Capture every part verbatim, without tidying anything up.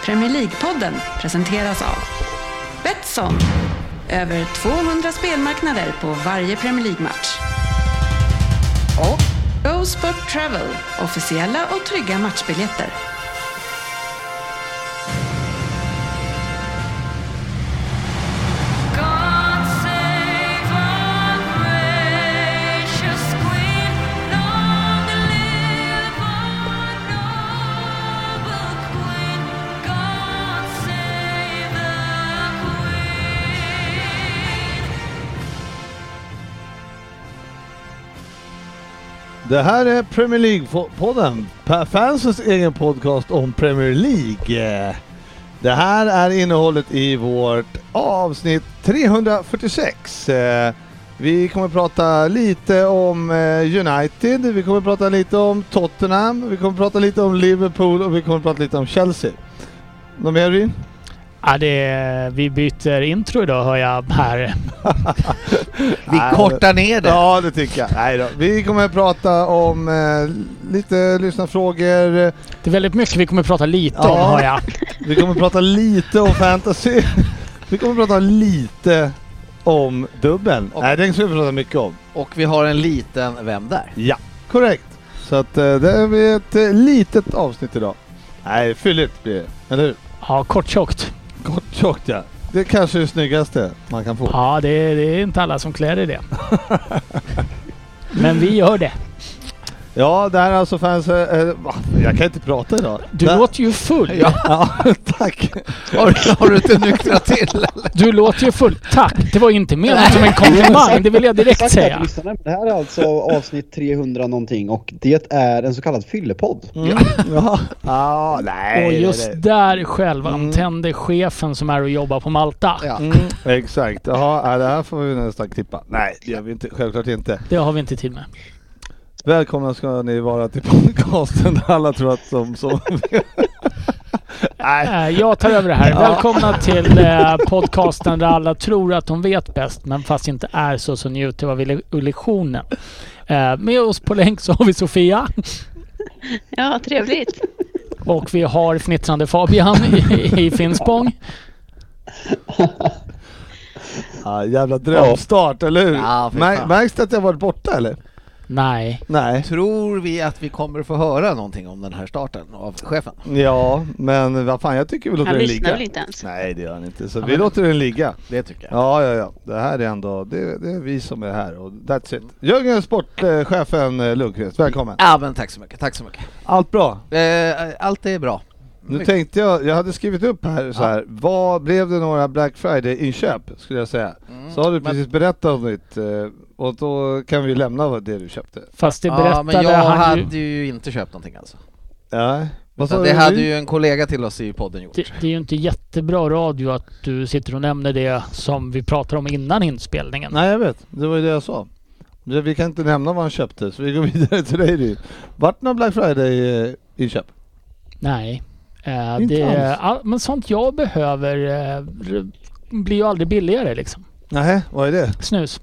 Premier League-podden presenteras av Betsson. Över tvåhundra spelmarknader på varje Premier League-match. Och Go Sport Travel. Officiella och trygga matchbiljetter. Det här är Premier League-podden, fansens egen podcast om Premier League. Det här är innehållet i vårt avsnitt trehundrafyrtiosex. Vi kommer att prata lite om United, vi kommer att prata lite om Tottenham, vi kommer att prata lite om Liverpool och vi kommer att prata lite om Chelsea. Något mer, Rin? Ja, det är, vi byter intro idag, hör jag här. Vi kortar ner det. Ja, det tycker jag. Nej då. Vi kommer att prata om eh, lite lyssnarfrågor. Det är väldigt mycket vi kommer att prata lite ja, om, hör jag. Vi kommer att prata lite om fantasy. Vi kommer att prata lite om dubbeln. Och, Nej, den ska vi prata mycket om. Och vi har en liten Vem där? Ja, korrekt. Så att eh, det är ett eh, litet avsnitt idag. Nej, fylligt blir det. Eller hur? Ja, kort tjockt. Kort tjockt, ja. Det är kanske det snyggaste man kan få. Ja, det är, det är inte alla som klär i det. Men vi gör det. Ja, det här är alltså fans... Äh, jag kan inte prata idag. Du det... låter ju full. Ja, ja tack. Har, har du inte nyktrat till? Eller? Du låter ju full. Tack. Det var inte menat som en komplimang. Det vill jag direkt säga. Det här är alltså avsnitt trehundra någonting och det är en så kallad fyllepodd. Mm. Ja. Ja. Ah, nej. Och just nej, nej. Där själv antände mm. chefen som är och jobbar på Malta. Ja. Mm. Exakt. Jaha, det här får vi nästan klippa. Nej, det gör vi inte. Självklart inte. Det har vi inte tid med. Välkomna ska ni vara till podcasten där alla tror att de som... Nej. Jag tar över det här. Ja. Välkomna till eh, podcasten där alla tror att de vet bäst men fast inte är så, så njuter av illusionen. Eh, med oss på länk så har vi Sofia. Ja, trevligt. Och vi har fnittrande Fabian i, i Finspång. Ja, jävla drömstart, eller hur? Ja, Mär, märks det att jag varit borta, eller? Nej. Nej. Tror vi att vi kommer att få höra någonting om den här starten av chefen? Ja, men vad fan, jag tycker vi låter han den ligga. Han lyssnar väl inte ens? Nej, det gör han inte. Så ja, vi låter den ligga. Det tycker jag. Ja, ja, ja. Det här är ändå, det, det är vi som är här och that's it. Jörgen, sportchefen Lundqvist, välkommen. Ja, men tack så mycket, tack så mycket. Allt bra? Eh, allt är bra. Nu mycket. Tänkte jag, jag hade skrivit upp här så här, ja. Vad blev det några Black Friday-inköp skulle jag säga. Mm, så har du precis men... berättat om ditt, och då kan vi lämna det du köpte. Fast det berättade ja, men jag han hade ju... ju inte köpt någonting alltså. Ja. Det hade ju en kollega till oss i podden gjort. Det, det är ju inte jättebra radio att du sitter och nämner det som vi pratade om innan inspelningen. Nej, jag vet. Det var ju det jag sa. Vi kan inte nämna vad han köpte, så vi går vidare till dig. Vart någon Black Friday-inköp? Nej. Uh, det, all, men sånt jag behöver uh, blir ju aldrig billigare liksom. Nej, vad är det? Snus.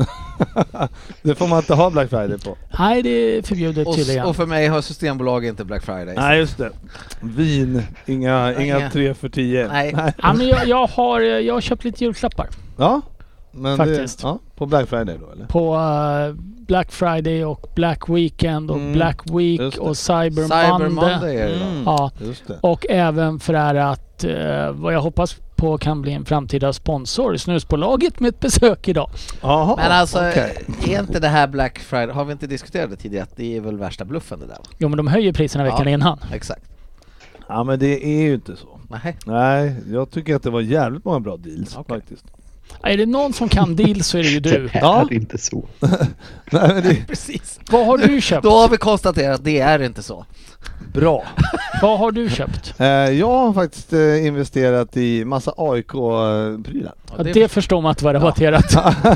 Det får man inte ha Black Friday på. Nej, det är förbjudet och, tydligen. Och för mig har Systembolag inte Black Friday. Nej, just det. Vin, inga, Nej, inga tre för tio. Nej. Nej. Ja, men jag, jag, har, jag har köpt lite julklappar. Ja, men faktiskt. Det, ja, på Black Friday då, eller? På uh, Black Friday och Black Weekend och mm. Black Week och Cyber, Cyber Monday. Monday är det då. Mm. Ja, just det. Och även för att uh, vad jag hoppas på kan bli en framtida sponsor, Snusbolaget med ett besök idag. Aha, men alltså, okay. Är inte det här Black Friday, har vi inte diskuterat det tidigare, att det är väl värsta bluffen det där? Jo, men de höjer priserna veckan ja, innan. Exakt. Ja, men det är ju inte så. Nej. Nej, jag tycker att det var jävligt många bra deals okay. faktiskt. Är det någon som kan deals så är det ju du. Det är ja. inte så. Nej, men det... Precis. Vad har du köpt? Då har vi konstaterat att det är inte så. Bra. Vad har du köpt? Eh, jag har faktiskt eh, investerat i massa A I K-prylar. Ja, det, det förstår man att det var relaterat.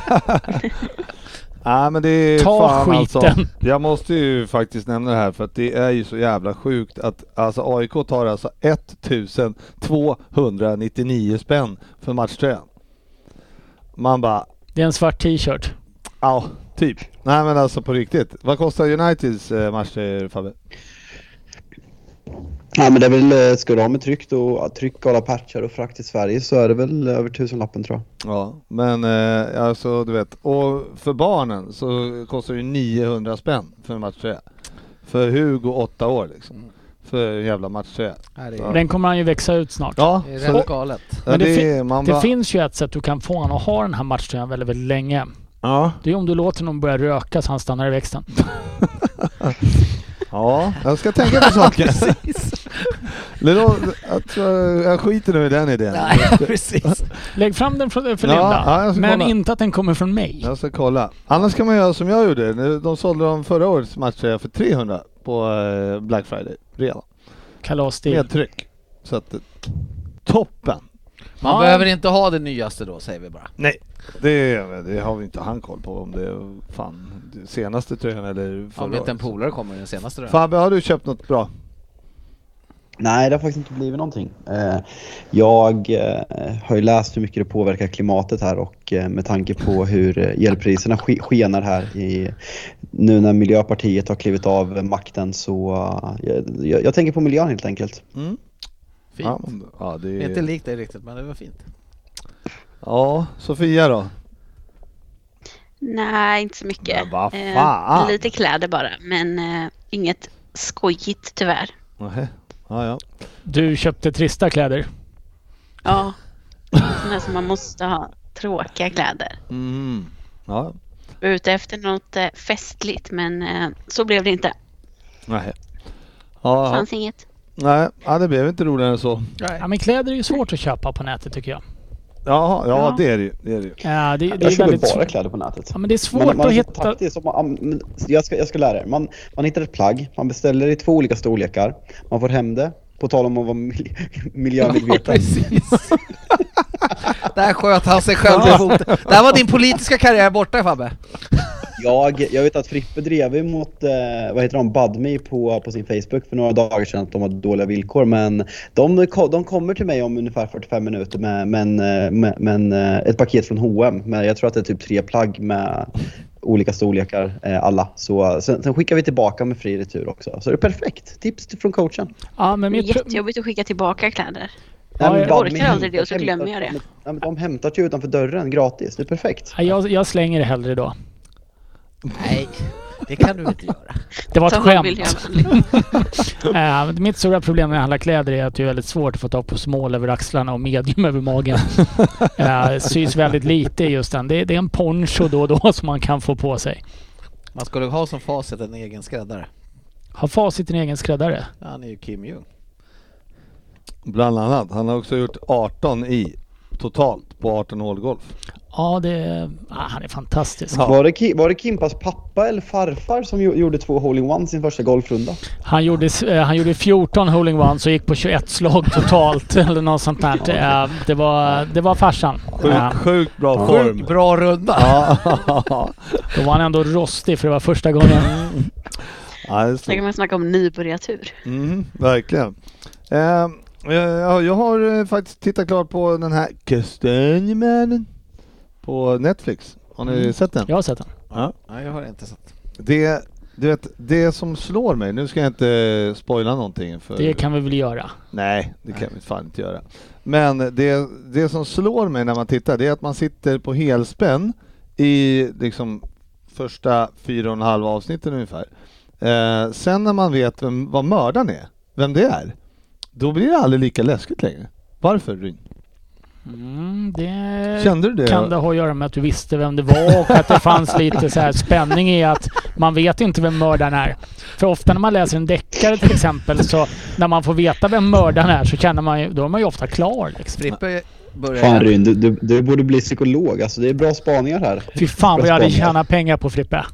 Ja, men det är Ta fan skiten. Alltså, jag måste ju faktiskt nämna det här för att det är ju så jävla sjukt att alltså A I K tar alltså ettusen tvåhundranittionio spänn för matchtröjan. Man bara... Det är en svart t-shirt. Ja, typ. Nej, men alltså på riktigt. Vad kostar Uniteds eh, matchtröjor, Fabbe? Ja, men det är väl, ska du ha med tryck och tryck och alla patchar och frakt i Sverige så är det väl över tusenlappen tror jag. Ja, men eh, alltså du vet, och för barnen så kostar det niohundra spänn för en matchtröja. För Hugo åtta år liksom. För en jävla matchtröja. Den kommer han ju växa ut snart. Ja, Det är så, rätt galet. Men det, det, fi- man det bara, finns ju ett sätt du kan få han att ha den här matchtröjan väldigt, väldigt länge. ja. Det är om du låter någon börja röka så han stannar i växten. Ja, jag ska tänka på saker. Det då, att, uh, jag skiter nu i den idén. Nej, precis. Lägg fram den för, för Ja, Linda. ja, jag ska men kolla. inte att den kommer från mig. Jag ska kolla. Annars kan man göra som jag gjorde. De sålde de förra årets matchtröja för trehundra på uh, Black Friday redan. Kalasstil. Med tryck. Så att toppen. Man Ja. behöver inte ha det nyaste då, säger vi bara. Nej, det, det har vi inte han koll på om det är fan det senaste tröjan eller förra Om inte en årets. polare kommer i den senaste då. Fabbe, har du köpt något bra? Nej, det har faktiskt inte blivit någonting. Eh, Jag eh, har ju läst hur mycket det påverkar klimatet här och eh, med tanke på hur eh, elpriserna ske- skenar här i, nu när Miljöpartiet har klivit av makten så eh, jag, jag tänker på miljön helt enkelt. Mm. Fint. Ja, ja, det Det är är... inte likt dig riktigt, men det var fint. ja, Sofia då? Nej, inte så mycket. Men vad fan? Eh, lite kläder bara, men eh, inget skojigt tyvärr. Nähä. Ja, ja. Du köpte trista kläder. Ja, sådana som man måste ha. Tråkiga kläder. Mm. Ja. Jag var ute efter något eh, festligt, men eh, så blev det inte. Nähä. Ja, ja. Fanns inget. Nej, ja, det blev inte roligare än så. Ja, men kläder är ju svårt att köpa på nätet tycker jag. Jaha, ja, Ja. det är det ju. Det är det ju. Ja, det, det Jag är köper väldigt bara svårt. kläder på nätet. Ja, men det är svårt Man, man att är så hitta. taktisk, som man, man- jag, ska, jag ska lära er. Man, man hittar ett plagg, man beställer i två olika storlekar. Man får hem det, på tal om att vara mil- miljömedveten. Precis. Där sköt han sig själv i foten. Där var din politiska karriär borta, Fabbe. Jag, jag vet att Frippe drev emot, eh, vad heter de, Budme på, på sin Facebook för några dagar sedan att de har dåliga villkor. Men de, de kommer till mig om ungefär fyrtiofem minuter med, med, med, med ett paket från H och M. Men jag tror att det är typ tre plagg med olika storlekar, eh, alla. Så sen, sen skickar vi tillbaka med fri retur också. Så det är perfekt. Tips från coachen. Ja, men Det är mitt pro- jättejobbigt att skicka tillbaka kläder. Ja, men jag Budme orkar aldrig det och så hämtar- glömmer jag det. Ja, men de hämtar ju utanför dörren gratis. Det är perfekt. ja, jag, jag slänger det hellre då. Nej, det kan du inte göra. Det var ett Ta skämt. miljövänligt. Äh, mitt stora problem när jag handlar kläder är att det är väldigt svårt att få ta på small över axlarna och medium över magen. äh, sys väldigt lite just den. Det, det är en poncho då och då som man kan få på sig. Man skulle ha som facit en egen skräddare. Har Facit en egen skräddare? Ja, han är ju Kim Jong. Bland annat. Han har också gjort arton i totalt på arton hål golf. Ja, det, ah, han är fantastisk. Ja. Var, det Ki- var det Kimpas pappa eller farfar som gjo- gjorde två hole-in-one sin första golfrunda? Han gjorde, eh, han gjorde fjorton hole-in-ones och gick på tjugoett slag totalt eller något sånt där. Eh, det, var, det var farsan. Sjukt, Eh, sjukt bra form. Sjukt bra runda. Ja, då var han ändå rostig för det var första gången. ja, det är Där så. kan man snacka om nybörjartur. Mm, verkligen. Eh, jag, jag har eh, faktiskt tittat klart på den här Kastanjemannen på Netflix. Har ni Mm. sett den? Jag har sett den. Ja. Nej, jag har inte sett. Det, du vet, det som slår mig, nu ska jag inte spoila någonting för... Det kan vi väl göra. Nej, det kan vi fan inte göra. Men det, det som slår mig när man tittar, det är att man sitter på helspänn i liksom första fyra och en halv avsnitten ungefär. Eh, sen när man vet vem, vad mördaren är, vem det är, då blir det aldrig lika läskigt längre. Varför, Ryn? Mm, det Kände du det? kan det ha att göra med att du visste vem det var och att det fanns lite så här spänning i att man vet inte vem mördaren är. För ofta när man läser en deckare till exempel, så när man får veta vem mördaren är så känner man ju, då är man ju ofta klar liksom. Frippe börjar... Fan Ryn, du, du, du borde bli psykolog. Alltså det är bra spaningar här. Fy fan vad jag hade Spaningar. tjänat pengar på Frippe.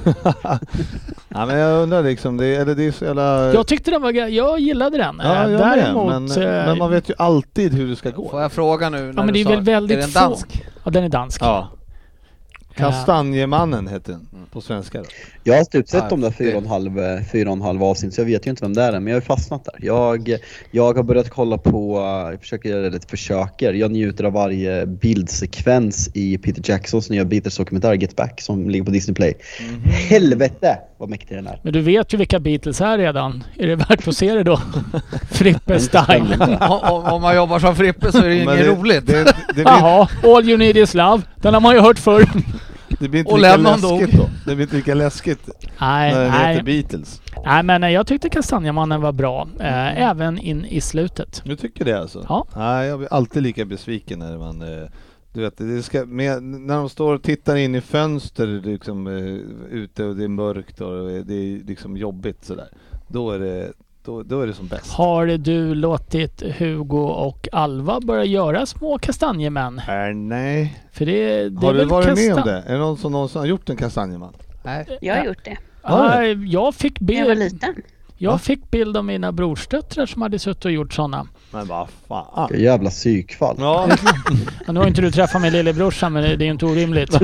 Ja, men jag undrar liksom, det, eller det är så jävla... Jag tyckte den var gre- jag gillade den. ja, Eh, jag med, Däremot, men, eh, men man vet ju alltid hur det ska gå. Får jag fråga nu när ja men du det är sa, väl väldigt är den få. dansk? Ja, den är dansk. Ja. Kastanjemannen heter den på svenska då. Jag har typ sett Ja, de där det- fyra och en halv, fyra och en halv avsnitt så jag vet ju inte vem det är, men jag har fastnat där. Jag, jag har börjat kolla på, jag försöker göra lite försöker. Jag njuter av varje bildsekvens i Peter Jacksons nya Beatles-dokumentär Get Back som ligger på Disney Play. Helvete vad mäktig den är. Men du vet ju vilka Beatles är redan. Är det värt att se det då? Frippe style. om, om man jobbar som Frippe så är det ju inget det, roligt. Det, det, det blir, Jaha, all you need is love. Den har man ju hört förr. det blir inte Och lika Lennon läskigt då. Det blir inte lika läskigt Nej, när det heter nej. Beatles. Nej, men eh, jag tyckte Kastanjemannen var bra. Eh, även in i slutet. Du tycker det alltså? Ja. Nej, jag blir alltid lika besviken när man... Eh, du vet, det ska, med, när de står och tittar in i fönster liksom, eh, ute och det är mörkt och det är liksom jobbigt sådär. Då är det, då, då är det som bäst. Har du låtit Hugo och Alva börja göra små kastanjemän? Äh, nej. För det, det Har är du väl varit kastan- med om det? Är det någon som någonsin har gjort en kastanjeman? Nej. Jag har gjort det. Ja, jag fick När jag var bild. liten. Jag fick bild av mina brorsdöttrar som hade suttit och gjort sådana. Men vad fan. Vilka jävla psykfall. Ja. Ja, nu har inte du träffat min lillebrorsa, men det det är ju inte orimligt.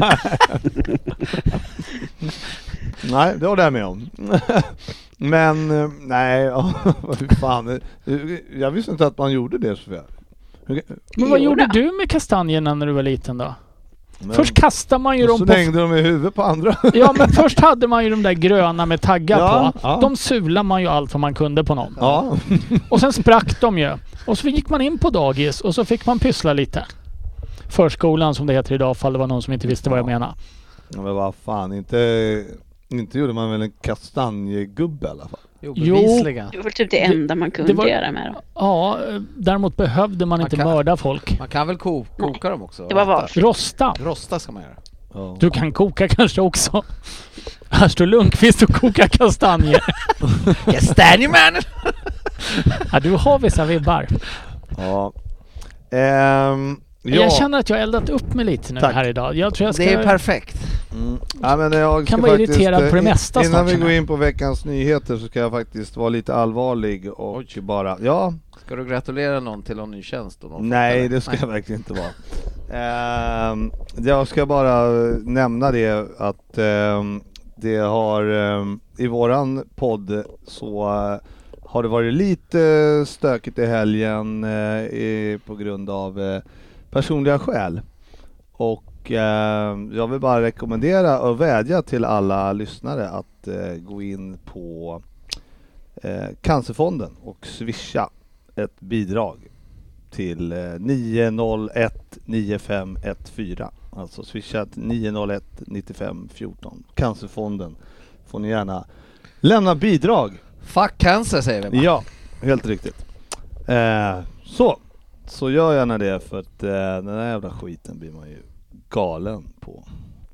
Nej, det håller jag med om. Men eh, nej, ja, vad fan. Jag visste inte att man gjorde det, Sofia. Men vad Jo gjorde då. du med kastanjerna när du var liten då? Men, Först kastar man ju och dem så på... hängde de i huvudet på andra. Ja, men först hade man ju de där gröna med taggar Ja, på. ja. De sulade man ju allt vad man kunde på någon. Ja. Och sen sprack de ju. Och så gick man in på dagis och så fick man pyssla lite. Förskolan som det heter idag, fall det var någon som inte visste vad jag menar. Ja, men vad fan, inte, inte gjorde man väl en kastanjegubbe i alla fall? Jo, Jo. bevisligen. Det var typ det enda man kunde det var- göra med dem. Ja, däremot behövde man Man inte kan- mörda folk. Man kan väl ko- koka dem också? Det var var. Rosta. Rosta ska man göra. Ja. Du kan koka kanske också. Här står Lundqvist och kokar kastanjer. Kastanjemannen! Ja, du har vissa vibbar. Ja. Ehm, ja. Jag känner att jag har eldat upp mig lite nu Tack. här idag. Jag tror jag ska... Det är perfekt. Mm. Ja, men jag Kan ska vara faktiskt, irriterad på det eh, mesta Innan snart, vi känner går jag. in på veckans nyheter så ska jag faktiskt vara lite allvarlig och Oj. bara... Ja, Ska du gratulera någon till någon ny tjänst? Då, någon nej eller? det ska jag verkligen inte vara. Ehm, jag ska bara nämna det att ehm, det har ehm, i våran podd så eh, har det varit lite stökigt i helgen eh, i, på grund av eh, personliga skäl. Och eh, jag vill bara rekommendera och vädja till alla lyssnare att eh, gå in på eh, Cancerfonden och swisha ett bidrag till eh, nio noll ett nio fem ett fyra. Alltså swisha till nio noll ett nio fem ett fyra. Cancerfonden får ni gärna lämna bidrag. Fuck cancer säger vi bara. Ja, helt riktigt. Eh, så, så gör gärna det för att eh, den här jävla skiten blir man ju galen på.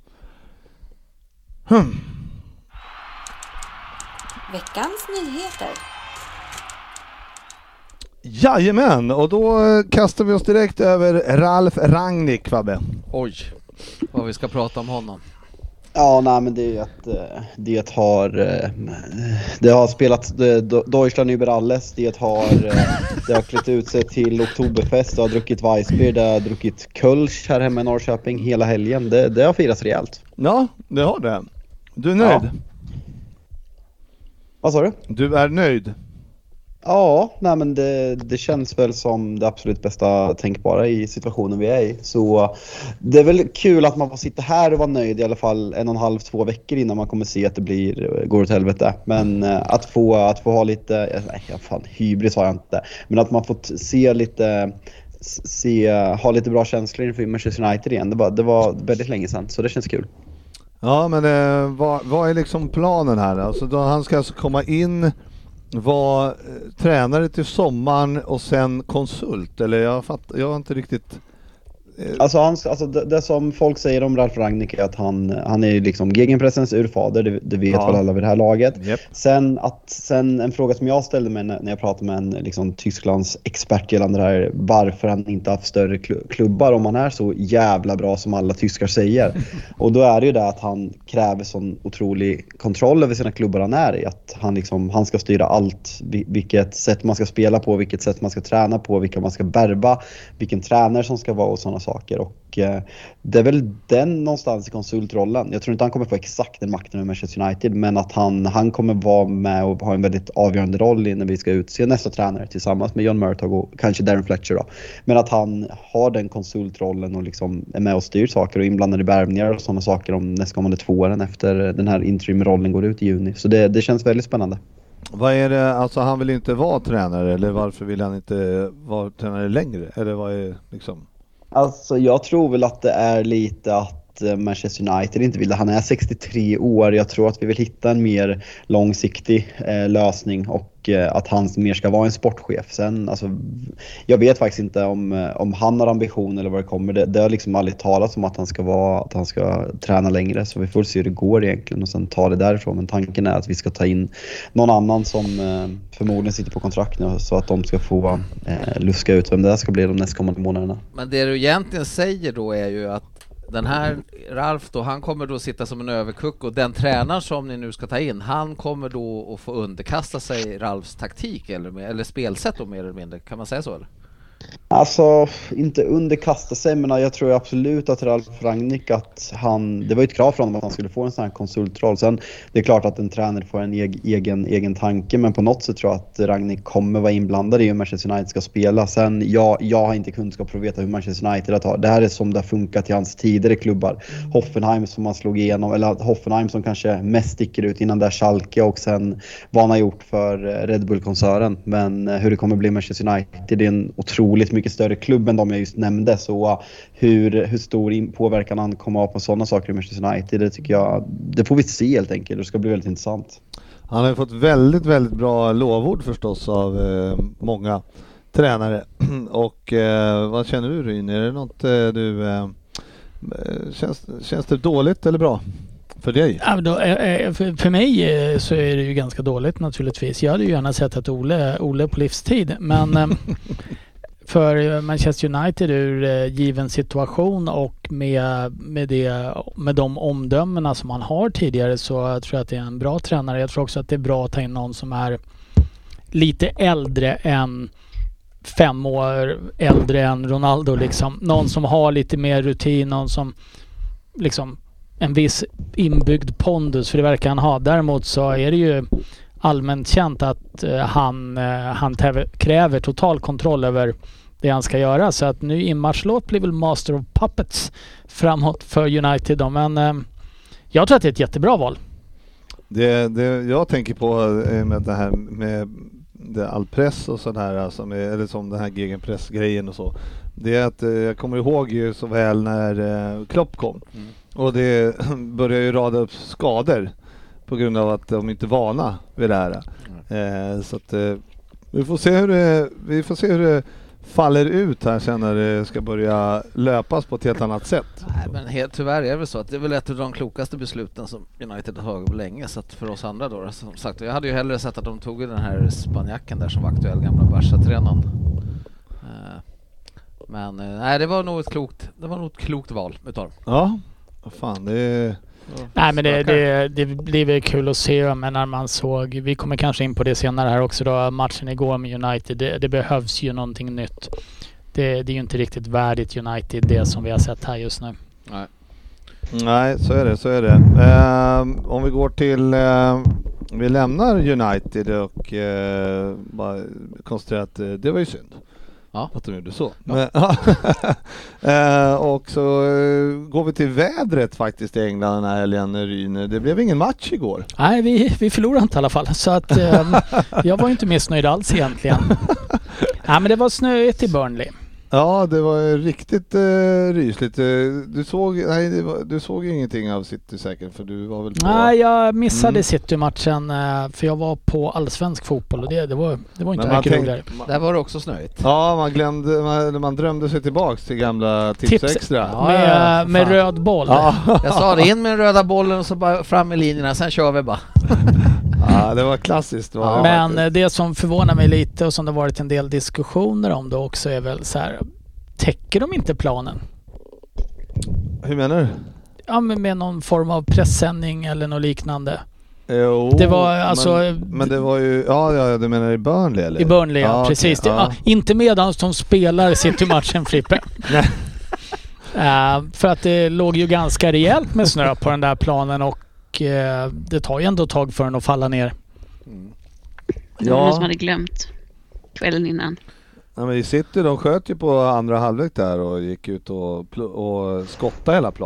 Hmm. Veckans nyheter. Jajamän, och då eh, kastar vi oss direkt över Ralf Rangnick, Fabbe. Oj, vad vi ska prata om honom. Ja, nej men det är att eh, det har eh, det har spelat eh, Deutschland über alles, det har eh, det har klätt ut sig till Oktoberfest, det har druckit Weissbier, det har druckit Kölsch här hemma i Norrköping hela helgen. Det, det har firats rejält. Ja, det har det. Du är nöjd? Ja. Vad sa du? Du är nöjd? Ja, nej men det, det känns väl som det absolut bästa tänkbara i situationen vi är i. Så det är väl kul att man får sitta här och vara nöjd i alla fall en och en halv, två veckor innan man kommer se att det blir, går åt helvete. Men eh, att få, att få ha lite, nej fan, hybris har jag inte. Men att man får t- se lite, se, ha lite bra känslor inför Manchester United igen. Det var, det var väldigt länge sedan, så det känns kul. Ja, men eh, vad, vad är liksom planen här? Alltså då, han ska alltså komma in, vara eh, tränare till sommaren och sen konsult, eller jag fattar, jag har inte riktigt... Eh, Alltså, han, alltså det, det som folk säger om Ralf Rangnick är att han, han är ju liksom gegenpressens urfader, det, det vet Ja. väl alla vid det här laget. Yep. Sen, att, sen en fråga som jag ställde mig när, när jag pratade med en liksom, Tysklands expert gällande det här, varför han inte haft större klu- klubbar om han är så jävla bra som alla tyskar säger. Och då är det ju det att han kräver sån otrolig kontroll över sina klubbar han är i. Att han, liksom, han ska styra allt, vil- vilket sätt man ska spela på, vilket sätt man ska träna på, vilka man ska värva, vilken tränare som ska vara och sådana saker. Och eh, det är väl den någonstans i konsultrollen. Jag tror inte han kommer få exakt den makten med Manchester United, men att han, han kommer vara med och ha en väldigt avgörande roll när vi ska utse nästa tränare tillsammans med John Murtagh och kanske Darren Fletcher då. Men att han har den konsultrollen och liksom är med och styr saker och inblandad i värvningar och sådana saker om nästkommande två åren efter den här interimrollen går ut i juni. Så det, det känns väldigt spännande. Vad är det, alltså han vill inte vara tränare eller varför vill han inte vara tränare längre? Eller vad är liksom? Alltså jag tror väl att det är lite att Manchester United inte vill det. Han är sextiotre år. Jag tror att vi vill hitta en mer långsiktig eh, lösning och eh, att han mer ska vara en sportchef. Sen, alltså, jag vet faktiskt inte om, om han har ambition eller vad det kommer. Det, det har liksom aldrig talats om att han ska vara, att han ska träna längre. Så vi får se hur det går egentligen och sen ta det därifrån. Men tanken är att vi ska ta in någon annan som eh, förmodligen sitter på kontrakt nu så att de ska få eh, luska ut vem det ska bli de nästkommande månaderna. Men det du egentligen säger då är ju att den här Ralf då, han kommer då sitta som en överkuck och den tränaren som ni nu ska ta in, han kommer då att få underkasta sig Ralfs taktik eller, eller spelsätt då mer eller mindre, kan man säga så eller? Alltså, inte underkasta sig, men jag tror absolut att Ralf Rangnick, att han, det var ju ett krav från honom att han skulle få en sån här konsultroll. Sen det är klart att en tränare får en egen, egen tanke, men på något sätt tror jag att Rangnick kommer vara inblandad i hur Manchester United ska spela. Sen, jag, jag har inte kunskap för att veta hur Manchester United har. Det här är som det har funkat i hans tidigare klubbar. Hoffenheim som han slog igenom, eller Hoffenheim som kanske mest sticker ut innan där Schalke och sen vad han har gjort för Red Bull-koncernen. Men hur det kommer bli Manchester United, det är en otroligt mycket större klubb än de jag just nämnde, så hur, hur stor påverkan han kommer att ha på sådana saker i Manchester United, det tycker jag, det får vi se helt enkelt. Det ska bli väldigt intressant. Han har fått väldigt, väldigt bra lovord förstås av eh, många tränare. Och eh, vad känner du, Ryn? Är det något eh, du eh, känns, känns det dåligt eller bra för dig? Ja, då, eh, för, för mig eh, så är det ju ganska dåligt naturligtvis. Jag hade ju gärna sett att Ole, Ole på livstid, men eh, för Manchester United ur eh, given situation och med, med, det, med de omdömena som man har tidigare, så jag tror jag att det är en bra tränare. Jag tror också att det är bra att ta in någon som är lite äldre än fem år äldre än Ronaldo. Liksom. Någon som har lite mer rutin, någon som liksom en viss inbyggd pondus, för det verkar han ha. Däremot så är det ju allmänt känt att uh, han, uh, han täv- kräver total kontroll över det han ska göra. Så att nu inmarschlåt blir väl Master of Puppets framåt för United då. Men uh, jag tror att det är ett jättebra val. Det, det jag tänker på med det här med det all press och sådär, alltså med, eller som den här gegenpressgrejen och så, det är att jag kommer ihåg ju så väl när uh, Klopp kom. Mm. Och det börjar ju rada upp skador på grund av att de inte är vana vid det här. Mm. Eh, så att eh, vi får se hur det, vi får se hur det faller ut här sen när det ska börja löpas på ett helt annat sätt. Nej, men helt, tyvärr är det väl så att det är väl ett av de klokaste besluten som United har tagit på länge, så att för oss andra då, som sagt, jag hade ju hellre sett att de tog den här spanjacken där som var aktuell, gamla Barca-tränaren. Eh, men eh, nej, det var nog ett klokt, det var nog ett klokt val utav dem. Ja. Vad fan, det är... Nej, men det, det, det blir väl kul att se, men när man såg, vi kommer kanske in på det senare här också då, matchen igår med United, det, det behövs ju någonting nytt. Det, det är ju inte riktigt värdigt United det som vi har sett här just nu. Nej, Nej så är det, så är det. Uh, om vi går till, uh, vi lämnar United och uh, bara konstaterar att uh, det var ju synd. Ja. Att de gjorde så. Ja. Men, uh, och så uh, går vi till vädret faktiskt i England den här helgen, Ryn. Det blev ingen match igår. Nej, vi, vi förlorade inte i alla fall. Så att um, jag var inte missnöjd alls egentligen. Nej, men det var snöigt i Burnley. Ja, det var riktigt uh, rysligt. Du såg, nej, det var, du såg ingenting av City säkert, för du var väl på... Nej, jag missade mm. City-matchen för jag var på allsvensk fotboll och det, det, var, det var inte men mycket tänk, roligare. Man, där var det också snöigt. Ja, man glömde, man, man drömde sig tillbaks till gamla tips, tips extra. Ja, med, ja, med röd boll. Ja. Jag sa det, in med den röda bollen och så bara fram i linjerna, sen kör vi bara. Ja, det var klassiskt. Var ja, men faktiskt. Det som förvånar mig lite och som det varit en del diskussioner om det också är väl så här, täcker de inte planen? Hur menar du? Ja, men med någon form av pressändning eller något liknande. Jo, det var alltså... Men, men det var ju... Ja, ja, du menar i Burnley eller? I Burnley, ja, ja precis. Okay, det, ja. Ja, inte medan de spelar City-matchen, Frippe. Nej. Uh, för att det låg ju ganska rejält med snö på den där planen och uh, det tar ju ändå tag för den att falla ner. Mm. Det var någon som hade glömt kvällen innan. Ja, men i City, de sköt ju på andra halvlek där och gick ut och, pl- och skottade hela plan.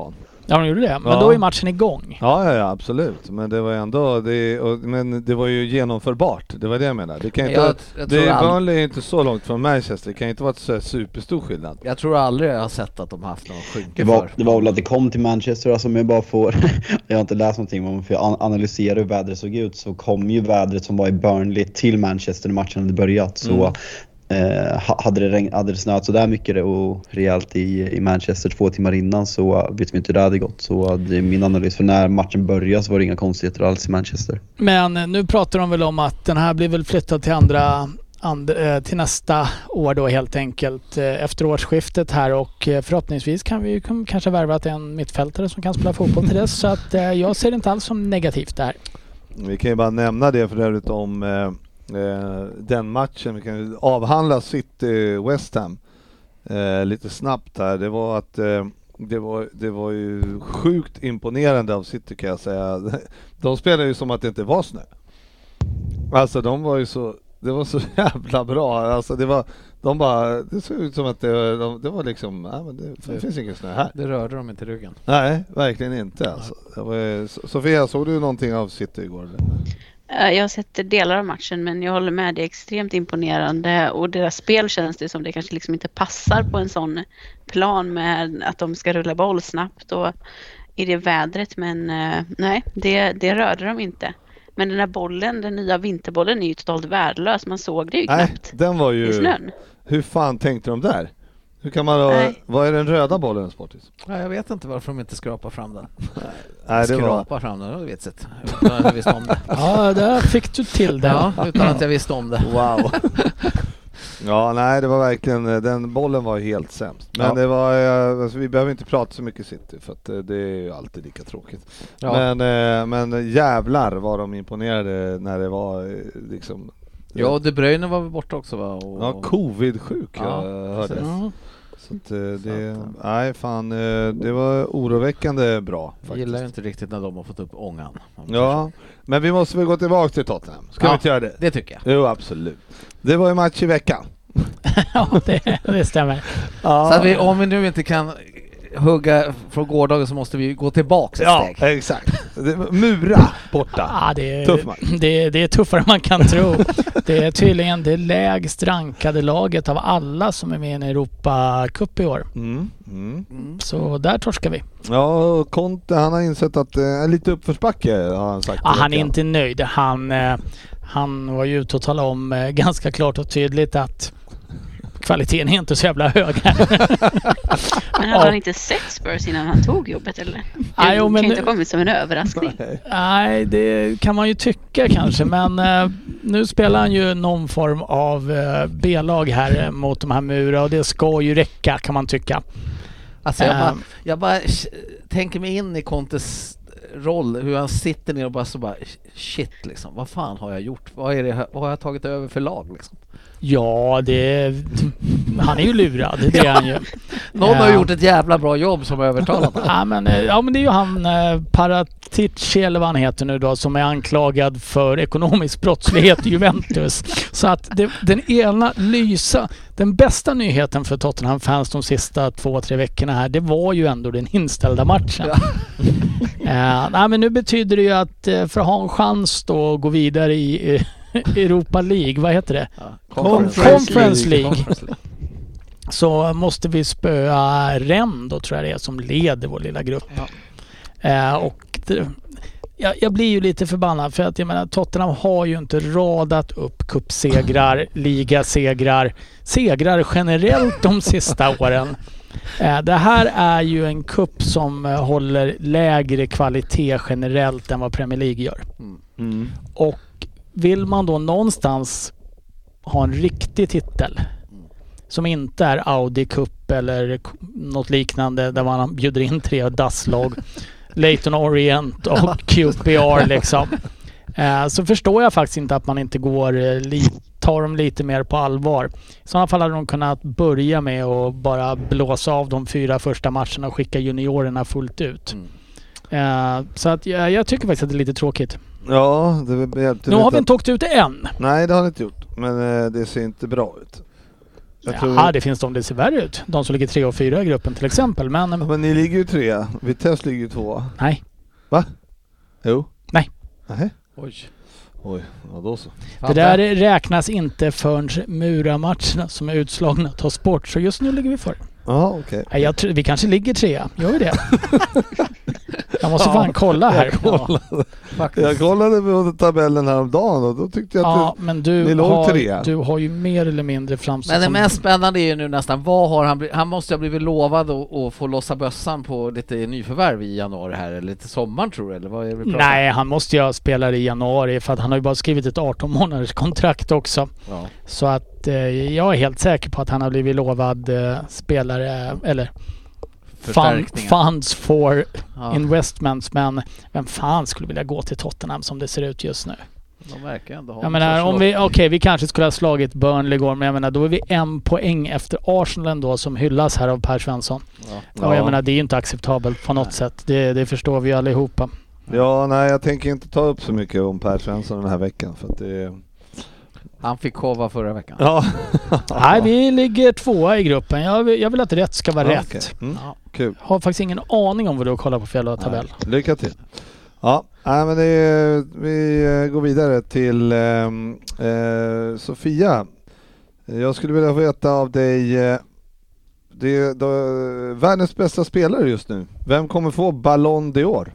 Ja, de gjorde det. Men Ja. då är matchen igång. Ja, ja, ja, absolut. Men det var ändå, det, och, men det var ju genomförbart. Det var det jag menar. Det kan inte, Jag- vara- jag det tror all- Burnley är inte så långt från Manchester. Det kan inte vara ett så här superstor skillnad. Jag tror aldrig jag har sett att de haft någon skynke Det var, för. det var väl att det kom till Manchester, alltså om jag bara får, jag har inte läst någonting, men om jag får analysera hur vädret såg ut, så kom ju vädret som var i Burnley till Manchester när matchen hade börjat. Så Mm. eh, ha- hade, det regn, hade det snöat så där mycket och rejält i, i Manchester två timmar innan, så vet vi inte hur det hade gått. Så det är min analys, för när matchen började så var det inga konstigheter alls i Manchester. Men eh, nu pratar de väl om att den här blir väl flyttad till andra, and, eh, till nästa år då helt enkelt eh, efter årsskiftet här, och eh, förhoppningsvis kan vi ju k- kanske värva till en mittfältare som kan spela fotboll till dess, så att eh, jag ser det inte alls som negativt det här. Vi kan ju bara nämna det för övrigt om eh, eh, den matchen. Vi kan ju avhandla City West Ham eh, lite snabbt här. Det var att eh, det var, det var ju sjukt imponerande av City, kan jag säga. De spelade ju som att det inte var snö. Alltså de var ju så, det var så jävla bra. Alltså det var, de bara, det såg ut som att det, de, det var liksom, nej, men det, det finns ingen snö här. Det rörde de inte ryggen. Nej, verkligen inte alltså. Det var, Sofia, såg du någonting av City igår? Eller? Eh, Jag har sett delar av matchen, men jag håller med, det är extremt imponerande, och deras spel känns det som det kanske liksom inte passar på en sån plan med att de ska rulla boll snabbt och i det vädret, men eh, nej, det, det rörde de inte. Men den här bollen, den nya vinterbollen, är ju totalt värdelös. Man såg det ju Nej, knappt den var i ju... snön. Hur fan tänkte de där? Hur kan man då... Nej. Vad är den röda bollen, Sportis? Ja, jag vet inte varför de inte skrapar fram den. Nej, det var... Skrapa fram den, det var vitsigt. Utan att jag visste om det. Ja, där fick du till det. Ja, utan att jag visste om det. Wow. Ja, nej, det var verkligen... Den bollen var helt sämst. Men Ja. det var... eh, Alltså, vi behöver inte prata så mycket City, för att eh, det är ju alltid lika tråkigt. Ja. Men, eh, men jävlar var de imponerade när det var eh, liksom... Ja, och De Bruyne var väl borta också, va? Och... Ja, covid-sjuk, Ja, jag hörde. precis. Mm. Så att, eh, det... Så att, Nej, fan. eh, Det var oroväckande bra, Jag faktiskt. gillar ju inte riktigt när de har fått upp ångan. om man Ja, men vi måste väl gå tillbaka till Tottenham. Ska Ja. vi inte göra det? Det tycker jag. Jo, absolut. Det var ju match i veckan. Ja, det, det stämmer. Ja, Så att vi, om vi nu inte kan hugga från gårdagen, så måste vi gå tillbaka ett ja steg. exakt. Det var Mura borta. Ja, det, är, Tuff match. det, det är tuffare än man kan tro. Det är tydligen det lägst rankade laget av alla som är med i en Europacup i år. Mm. Mm. Mm. Så där torskar vi. Ja, och Conte, han har insett att det är lite uppförsbacke, har han sagt. Ja, han är inte nöjd. Han, eh, han var ju ute och talade om eh, ganska klart och tydligt att kvaliteten är inte så jävla hög här. Men hade han inte sett Spurs innan han tog jobbet, eller? Det Nej, jo, kan men- inte ha kommit som en överraskning. Nej, det kan man ju tycka kanske, men eh, nu spelar han ju någon form av eh, B-lag här eh, mot de här Mura, och det ska ju räcka, kan man tycka. Alltså jag bara, Ehm. jag bara sh- tänker mig in i Contes roll, hur han sitter ner och bara så bara shit liksom, vad fan har jag gjort? Vad är det, vad har jag tagit över för lag liksom? Ja, det... Han är ju lurad, det är han ju. Någon har Ja. gjort ett jävla bra jobb som övertalat honom. Ja men, eh, ja men det är ju han eh, Paratici eller vad han heter nu då, som är anklagad för ekonomisk brottslighet i Juventus. Så att det, den ena lysa, den bästa nyheten för Tottenham-fans de sista två, tre veckorna här, det var ju ändå den inställda matchen. Ja. Eh, nej, men nu betyder det ju att eh, för att ha en chans då att gå vidare i eh, Europa League, vad heter det? Ja. Conference Conference League. Conference League. Så måste vi spöa Rennes då, tror jag det är, som leder vår lilla grupp. Ja. Eh, och det, jag, jag blir ju lite förbannad, för att jag menar, Tottenham har ju inte radat upp cupsegrar, ligasegrar, segrar generellt de sista åren. Eh, det här är ju en cup som eh, håller lägre kvalitet generellt än vad Premier League gör. Mm. Och vill man då någonstans ha en riktig titel som inte är Audi Cup eller k- något liknande där man bjuder in tre dasslag, Leyton Orient och Q P R liksom, eh, så förstår jag faktiskt inte att man inte går eh, li- tar dem lite mer på allvar. I sådana fall hade de kunnat börja med att bara blåsa av de fyra första matcherna och skicka juniorerna fullt ut. Mm. Eh, så att jag, jag tycker faktiskt att det är lite tråkigt. Ja, det hjälpte Nu lite har vi att- inte åkt ut än. Nej, det har det inte gjort. Men eh, det ser inte bra ut. Jag Ja, tror... det finns de det ser värre ut. De som ligger tre och fyra i gruppen till exempel. Men, Ja, men ni ligger ju tre. Vitesse ligger ju två. nej. Va? Jo. Nej. Nej. Oj. Oj, ja då så. Det där räknas inte förrän Mura-matcherna som är utslagna tar bort. Så just nu ligger vi för. Ja, okej. Okay. Nej, jag tror, vi kanske ligger trea. Gör vi det? Jag måste fan Ja, kolla här. Jag kollade, ja, jag kollade på tabellen häromdagen och då tyckte jag att ja, det, men du det låg har, trea. du har ju mer eller mindre framstått. Men det som- mest spännande är ju nu nästan, vad har han blivit, han måste ha blivit lovad att, att få lossa bössan på lite nyförvärv i januari här, eller lite sommaren tror du, eller vad är det vi pratar om? Nej, han måste ju ha spelat i januari för att han har ju bara skrivit ett arton månaders kontrakt också. Ja. Så att eh, jag är helt säker på att han har blivit lovad eh, spelare eller fun, Förstärkningar. funds for Ja. investments, men vem fan skulle vilja gå till Tottenham som det ser ut just nu? De verkar ändå ha Jag en menar, sorts om vi, okej, okay, vi kanske skulle ha slagit Burnley igår, men jag menar, då är vi en poäng efter Arsenal ändå som hyllas här av Per Svensson. Ja. Och jag Ja. menar, det är ju inte acceptabelt på något Nej. sätt. Det, det förstår vi ju allihopa. Ja, nej, jag tänker inte ta upp så mycket om Per Svensson den här veckan för att det... Han fick kova förra veckan. Ja. Nej, vi ligger tvåa i gruppen. Jag, vill- jag vill att rätt ska vara Ja, rätt. okej. Mm. Ja. Kul. Har faktiskt ingen aning om vad du har kollat på för jävla tabell. Nej, lycka till. Ja, nej, men det är, vi eh, går vidare till ehm, eh, Sofia. Jag skulle vilja veta av dig, eh, det är då, världens bästa spelare just nu. Vem kommer få Ballon d'Or?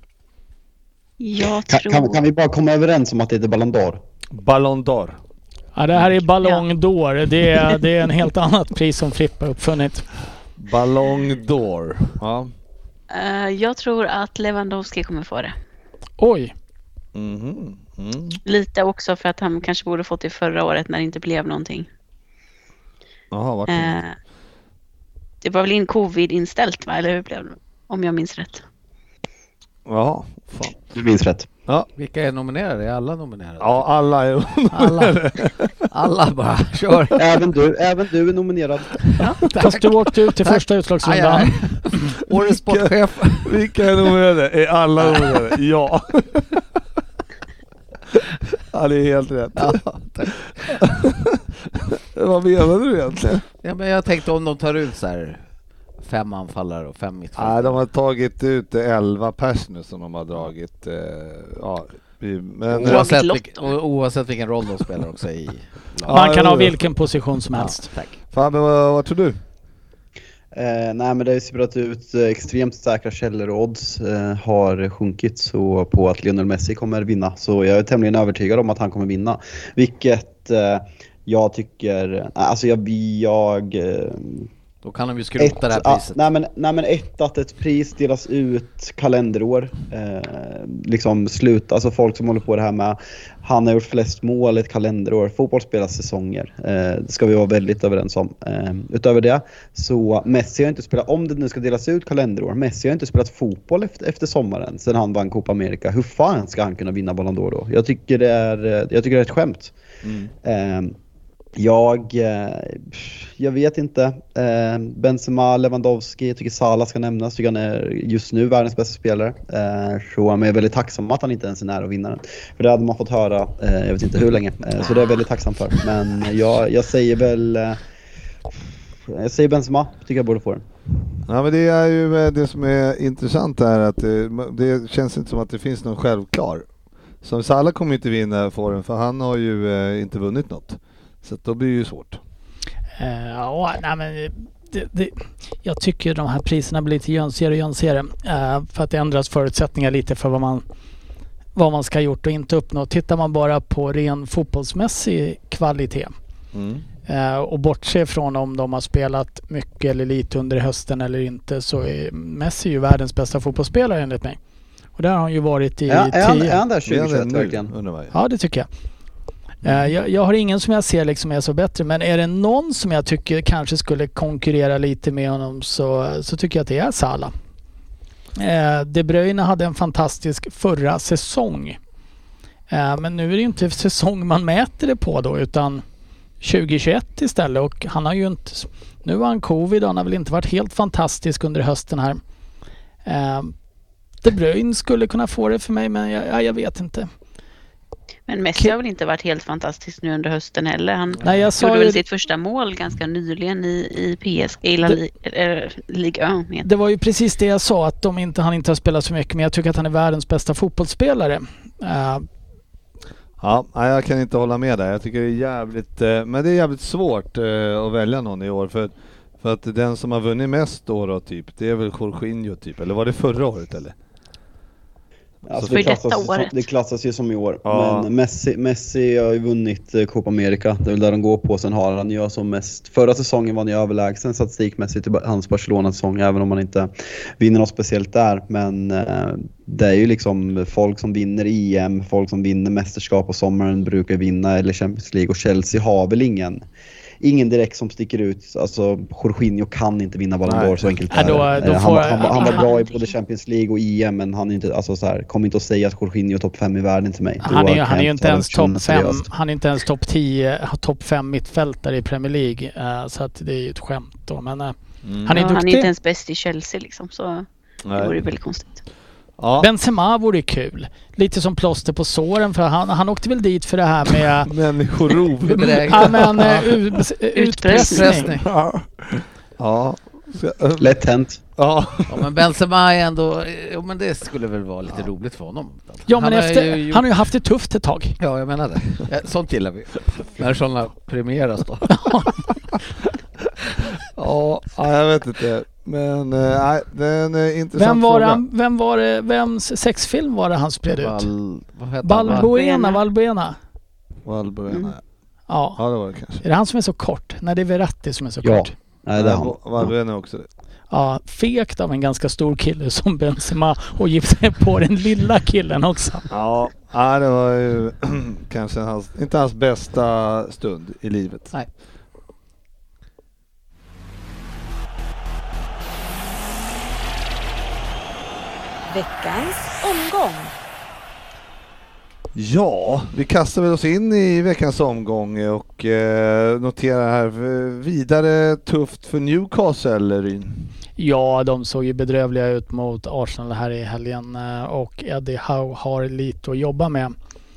Jag Kan, tror... kan, kan vi bara komma överens om att det heter Ballon d'Or? Ballon d'Or. Ja, det här är Ballon d'Or. Det är, det är en helt annat pris som Frippe har uppfunnit. Ballon d'Or. Ja. Eh, jag tror att Lewandowski kommer få det. Oj. Mhm. Mm. Lite också för att han kanske borde fått det förra året när det inte blev någonting. Jaha, vart det? Eh, det var väl in covid inställt, va? Eller hur blev det? Om jag minns rätt. Jaha, fan. Du minns rätt. Ja. Vilka är nominerade? Är alla nominerade? Ja, alla är Alla, alla bara kör. Även du, även du är nominerad. Fast du åkte ut till första utslagsrundan. Aj, aj. Årets sportchef. Vilka är nominerade? Är alla nominerade? Ja. Ja, det är helt rätt. Ja, tack. Vad menade du egentligen? Ja, men jag tänkte om de tar ut så här fem anfallare och fem mittfältare. Nej, de har tagit ut elva pers nu som de har dragit. Eh, ja, vi- men, Dragit Oavsett, lott vilk, o- oavsett vilken roll de spelar också i laget. Man kan Ja, ha jo, jo. vilken position som Ja, helst. tack. fan, men vad, vad tror du? Eh, nej men det har sipprat ut eh, extremt säkra källor och odds eh, har sjunkit så på att Lionel Messi kommer vinna. Så jag är tämligen övertygad om att han kommer vinna. Vilket eh, jag tycker, alltså jag, jag eh, Då kan de ju skrota det här ja, priset. nej, men, nej men ett att ett pris delas ut kalenderår. Eh, liksom slut, alltså folk som håller på det här med han har gjort flest mål ett kalenderår. Fotboll spelas säsonger. Eh, det ska vi vara väldigt överens om. Eh, utöver det så Messi har inte spelat, om det nu ska delas ut kalenderår, Messi har inte spelat fotboll efter, efter sommaren sedan han vann Copa America. Hur fan ska han kunna vinna Ballon d'Or då? Jag tycker det är, jag tycker det är ett skämt. Mm. Eh, Jag, eh, jag vet inte. Eh, Benzema, Lewandowski, jag tycker Salah ska nämnas. Jag tycker han är just nu världens bästa spelare. Eh, så jag är väldigt tacksam att han inte ens är nära att vinna den. För det hade man fått höra, eh, jag vet inte hur länge. Eh, så det är jag väldigt tacksam för. Men jag, jag säger väl, eh, jag säger Benzema, tycker jag borde få den. Ja, men det är ju eh, det som är intressant är att det, det känns inte som att det finns någon självklar. Som Salah kommer inte vinna för den för han har ju eh, inte vunnit något. Så att då blir det ju svårt. Uh, ja, nej, men det, det, jag tycker de här priserna blir lite jönsigare och jönsigare. Uh, för att det ändras förutsättningar lite för vad man, vad man ska ha gjort och inte uppnå. Tittar man bara på ren fotbollsmässig kvalitet Mm. uh, och bortse från om de har spelat mycket eller lite under hösten eller inte, så är Messi ju världens bästa fotbollsspelare enligt mig. Och där har han ju varit i Ja, är, han, tio. är han där Det är tjugohundratjugoett det nu, verkligen? undrar man ju. Ja, det tycker jag. Uh, jag. Jag har ingen som jag ser liksom är så bättre, men är det någon som jag tycker kanske skulle konkurrera lite med honom så, så tycker jag att det är Salah. Uh, De Bruyne hade en fantastisk förra säsong. Uh, men nu är det ju inte säsong man mäter det på då, utan tjugohundratjugoett istället, och han har ju inte, nu har han covid och han har väl inte varit helt fantastisk under hösten här. Uh, De Bruyne skulle kunna få det för mig, men jag, jag vet inte. Men Messi har väl inte varit helt fantastisk nu under hösten heller. Han Nej, jag sa gjorde ju... väl sitt första mål ganska nyligen i, i P S G, i La Li- äh, Liga. Det var ju precis det jag sa, att de inte, han inte har spelat så mycket, men jag tycker att han är världens bästa fotbollsspelare. Uh, Ja, jag kan inte hålla med där. Jag tycker det är jävligt, men det är jävligt svårt att välja någon i år, för, för att den som har vunnit mest då, då typ, det är väl Jorginho typ, eller var det förra året eller? Alltså det, klassas som, det klassas ju som i år. Ja. Men Messi, Messi har ju vunnit Copa America. Det är väl där de går på. Sen har han ju som mest. Förra säsongen var han ju överlägsen statistikmässigt till hans Barcelona-säsong. Även om man inte vinner något speciellt där. Men eh, det är ju liksom folk som vinner E M. Folk som vinner mästerskap på sommaren brukar vinna. Eller Champions League. Och Chelsea har väl ingen... Ingen direkt som sticker ut. Alltså Jorginho kan inte vinna Ballon d'Or, så enkelt är det. Ja, då, då han, får, han, han, han var bra i både Champions League och E M, men han är inte, alltså så här, kom inte att säga att Jorginho är topp fem i världen till mig. Han är, han är ju inte ens topp fem. Han är inte ens topp tio, topp fem mittfältare i Premier League. Uh, så att det är ju ett skämt då. Men uh, mm. han är ja, duktig. Han är inte ens bäst i Chelsea liksom, så Nej. det vore väldigt konstigt. Ja. Benzema vore kul. Lite som plåster på såren, för han, han åkte väl dit för det här med människorov. ja, men uh, utpressning. Ja. Ja. Lätt hänt. Ja. Ja, men Benzema är ändå, ja, men det skulle väl vara lite roligt för honom. Ja, men han, efter, har ju, han har ju haft det tufft ett tag. Ja, jag menar det. Ja, sånt gillar vi. När sådana premieras då. Ja, jag vet inte. Men nej, det är en intressant vem var fråga. Han, vem var det, vems sexfilm var det han spred Val, ut? Balbuena, Valbuena. Valbuena. Mm. Ja. Ja, det var det kanske. Är det han som är så kort? Nej, det är Verratti som är så ja. kort. Nej, det är han. Valbuena också. Ja, fekt av en ganska stor kille som Benzema och gick sig på den lilla killen också. Ja, ja det var ju kanske hans, inte hans bästa stund i livet. Nej. Veckans omgång. Ja, vi kastar väl oss in i veckans omgång och eh, noterar här vidare tufft för Newcastle, Ryn. Ja, de såg ju bedrövliga ut mot Arsenal här i helgen och Eddie Howe har lite att jobba med.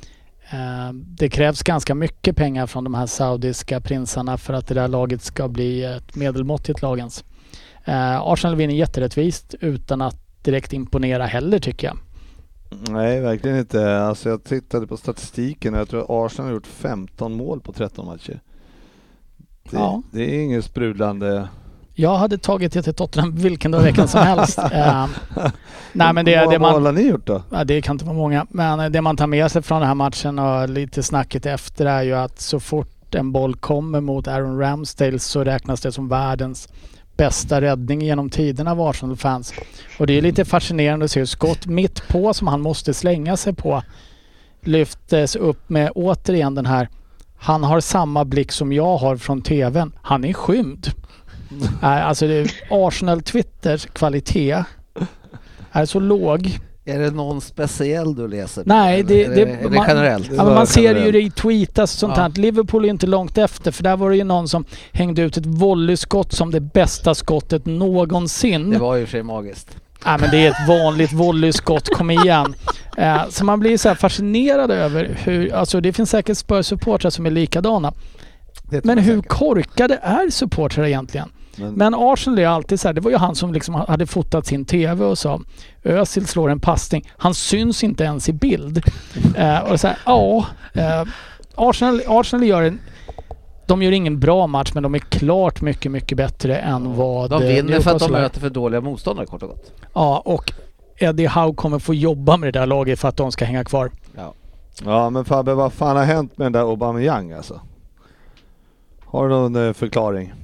Det krävs ganska mycket pengar från de här saudiska prinsarna för att det där laget ska bli ett medelmåttigt lagens. Arsenal vinner jätterättvist utan att direkt imponera heller, tycker jag. Nej, verkligen inte. Alltså jag tittade på statistiken och jag tror att Arsenal har gjort femton mål på tretton matcher. Det, ja. det är inget sprudlande... Jag hade tagit det till Tottenham vilken dag veckan som helst. uh, nej, men det, vad det man, mål har ni gjort då? Ja, det kan inte vara många. Men det man tar med sig från den här matchen och lite snacket efter är ju att så fort en boll kommer mot Aaron Ramsdale så räknas det som världens bästa räddning genom tiderna av Arsenal-fans. Och det är lite fascinerande att se hur skott mitt på som han måste slänga sig på lyftes upp med återigen den här: han har samma blick som jag har från tvn. Han är skymd. Nej, alltså det är Arsenal-Twitters kvalitet är så låg. Är det någon speciell du läser? Nej, det, är det, det, är det man, generellt? Ja, men man ser ju det i tweetas sånt ja. här. Liverpool är inte långt efter, för där var det ju någon som hängde ut ett volleyskott som det bästa skottet någonsin. Det var ju för sig magiskt. Nej, men det är ett vanligt volleyskott, kom igen. Uh, så man blir så här fascinerad över hur, alltså det finns säkert Spurs-supportrar som är likadana. Men hur säkert. korkade är supportrar egentligen? Men, Men Arsenal är alltid så här, det var ju han som liksom hade fotat sin tv och sa Özil slår en passning. Han syns inte ens i bild. uh, och så här, ja, uh, Arsenal, Arsenal gör en de gör ingen bra match, men de är klart mycket, mycket bättre än vad de vinner Newcastle för att de är. möter för dåliga motståndare, kort och gott. Ja, och Eddie Howe kommer få jobba med det där laget för att de ska hänga kvar. Ja, ja men Fabbe, vad fan har hänt med den där Aubameyang alltså? Har du någon eh, förklaring?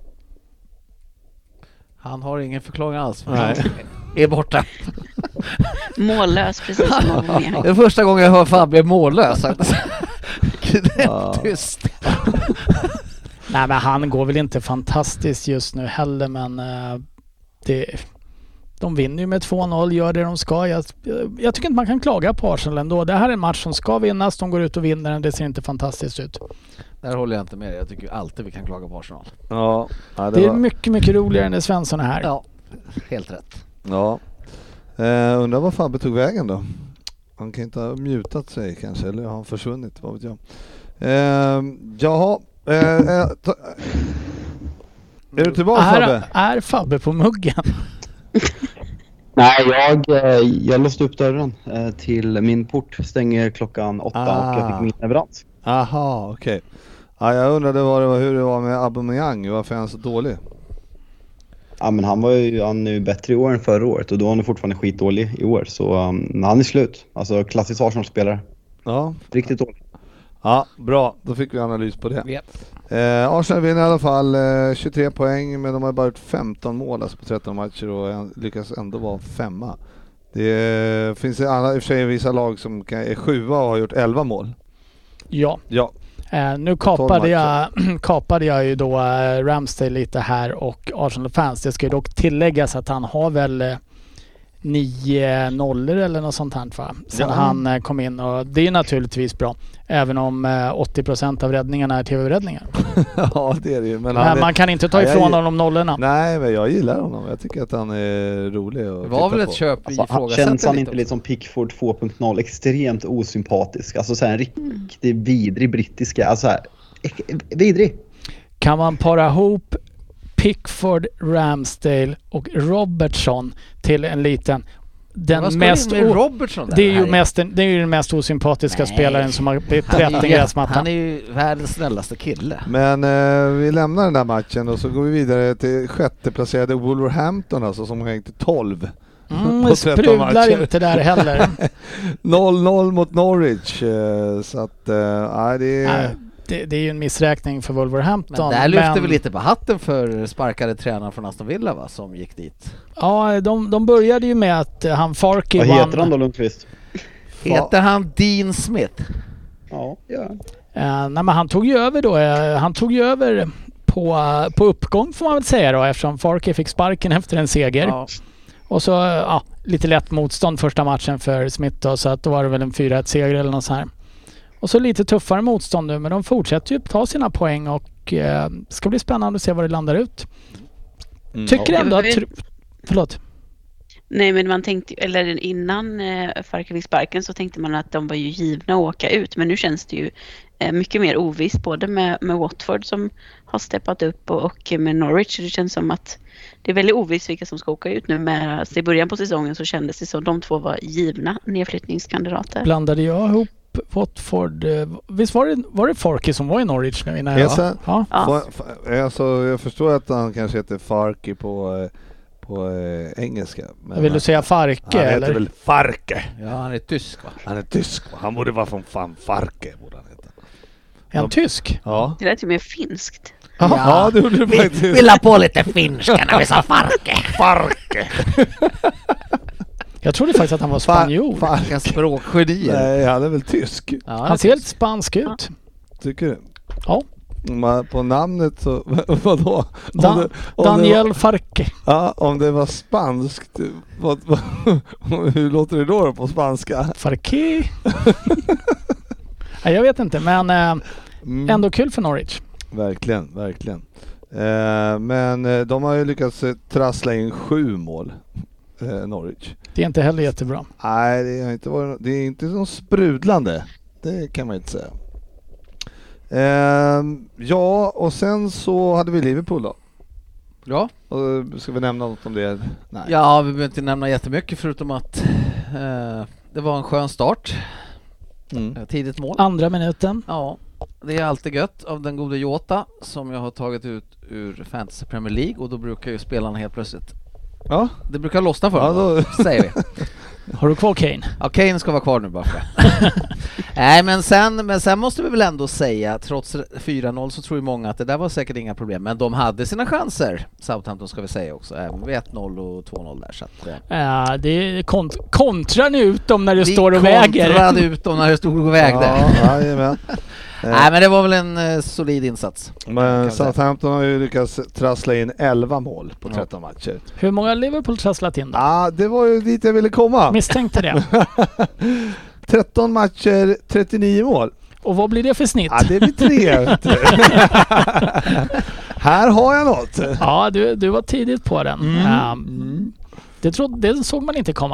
Han har ingen förklaring alls. Nej. Han är borta. Mållös, precis som Aubameyang. Det är första gången jag hör Fabbe är mållös. Det är ja. tyst. Nej, men han går väl inte fantastiskt just nu heller, men uh, det, de vinner ju med två noll, gör det de ska. Jag, jag tycker inte man kan klaga på Arsenal ändå. Det här är en match som ska vinnas, de går ut och vinner den, det ser inte fantastiskt ut. Där håller jag inte med. Jag tycker alltid vi kan klaga på Arsenal. Ja, ja, det, det var... är mycket, mycket roligare än det Svensson är här. Ja, helt rätt. Ja. Eh, undrar vad Fabbe tog vägen då? Han kan inte ha mutat sig kanske, eller har han försvunnit, vad vet jag. Eh, jaha, eh, eh, ta, är du tillbaka Fabbe? Är, är Fabbe på muggen? Nej, jag, jag låste upp dörren till min port. Stänger klockan åtta ah. och jag fick min leverans. Aha, okej. Okay. Ja, jag undrade vad det var, hur det var med Aubameyang. Varför är han så dålig? Ja, men han var ju han är ju bättre i år än förra året och då är han fortfarande skitdålig i år. Så um, han är slut. Alltså klassisk Arsenal-spelare. Ja. Riktigt dålig. Ja, bra. Då fick vi analys på det. Yep. Eh, Arsenal vinner i alla fall eh, tjugotre poäng, men de har bara gjort femton mål alltså på tretton matcher och en, lyckas ändå vara femma. Det eh, finns i, alla, i och för sig vissa lag som kan, är sjua och har gjort elva mål. Ja. Ja. Eh, nu kapade jag, kapade jag ju då eh, Ramsdale lite här och Arsenal-fans. Det ska ju dock tilläggas att han har väl eh, nio nollor eller något sånt här va? Sen ja. han eh, kom in och det är naturligtvis bra. Även om eh, åttio procent av räddningarna är tv-räddningar. Ja, det är det ju. Men, men är, man kan inte ta ifrån honom nollorna. Nej, men jag gillar honom. Jag tycker att han är rolig att det var väl ett på. köp i alltså, han känns han inte lite som Pickford två punkt noll, extremt osympatisk. Alltså så här en riktigt vidrig brittiska. Alltså här, vidrig. Kan man para ihop Pickford, Ramsdale och Robertson till en liten den mest o- Robertson där? Det är ju mest den, det är ju den mest osympatiska Nej. spelaren som har blivit rätt en gräsmatta. Han är ju världens snällaste kille. Men eh, vi lämnar den där matchen och så går vi vidare till sjätteplacerade Wolverhampton alltså, som har hängt till tolv. Mm, det sprudlar inte där heller. noll noll mot Norwich eh, så att eh, det är Nej. Det, det är ju en missräkning för Wolverhampton. Men där lyfter men... vi lite på hatten för sparkade tränaren från Aston Villa va, som gick dit. Ja, de, de började ju med att han Farke vann. Vad heter han då, Lundqvist? Heter han Dean Smith? Ja, ja. Uh, nej, men han tog ju över då. Uh, han tog ju över på, uh, på uppgång får man väl säga då, eftersom Farke fick sparken efter en seger. Ja. Och så uh, uh, lite lätt motstånd första matchen för Smith då, så att då var det väl en fyra ett seger eller något så här. Och så lite tuffare motstånd nu, men de fortsätter ju ta sina poäng och eh, ska bli spännande att se vad det landar ut. Mm. Tycker ändå att... Tr- Förlåt. Nej, men man tänkte, eller innan eh, Farke fick sparken så tänkte man att de var ju givna att åka ut, men nu känns det ju eh, mycket mer ovisst, både med, med Watford som har steppat upp och, och med Norwich. Det känns som att det är väldigt ovisst vilka som ska åka ut nu. Med, alltså i början på säsongen så kändes det som de två var givna nedflyttningskandidater. Blandade jag ihop Watford, visst var det, var det Farke som var i Norwich nu innan? Jag, ja. Ja. Ja. Alltså, jag förstår att han kanske heter Farke på, på äh, engelska. Men vill du säga Farke? Han heter eller? väl Farke. Ja, han är tysk va? Han är tysk va? Han borde vara från fan Farke. Borde han heta. Är han tysk? Ja. Det lät ju mer finskt. Ja, ja det gjorde det faktiskt. Vi la på lite finska när vi sa Farke. Farke. Jag trodde faktiskt att han var spanjor. Vilka språkgenier. Nej, han är väl tysk. Ja, han ser helt spansk ut. Tycker du? Ja. På namnet så... Vadå? Dan- det, Daniel var, Farke. Ja, om det var spanskt. Vad, vad, hur låter det då på spanska? Farke. Ja, jag vet inte, men äh, mm. ändå kul för Norwich. Verkligen, verkligen. Eh, men eh, de har ju lyckats eh, trassla in sju mål. Eh, Norwich. Det är inte heller jättebra. Nej, det är inte, varit, det är inte så sprudlande. Det kan man inte säga. Eh, ja, och sen så hade vi Liverpool då. Ja. Och ska vi nämna något om det? Nej. Ja, vi behöver inte nämna jättemycket förutom att eh, det var en skön start. Mm. Tidigt mål. Andra minuten. Ja, det är alltid gött av den gode Jota som jag har tagit ut ur Fantasy Premier League och då brukar ju spelarna helt plötsligt ja. Det brukar lossna för ja, då säger vi. Har du kvar Kane? Ja, Kane ska vara kvar nu bara för Nej, men sen, men sen måste vi väl ändå säga trots fyra noll så tror ju många att det där var säkert inga problem. Men de hade sina chanser, Southampton ska vi säga också. Även vid ett noll och två noll där. Så att, ja, det är kont- kontrar ni ut dem när det vi står och väger? Vi kontrade ut dem när det stod och vägde. Ja, jajamän. Nej, men det var väl en uh, solid insats. Men Southampton har ju lyckats trassla in elva mål på tretton ja. matcher. Hur många Liverpool trasslat in då? Ja, det var ju dit jag ville komma. Misstänkte det. tretton matcher, trettionio mål. Och vad blir det för snitt? Ja, det blir tre. Här har jag något. Ja, du, du var tidigt på den. Mm. Um, det, trodde, det såg man inte komma.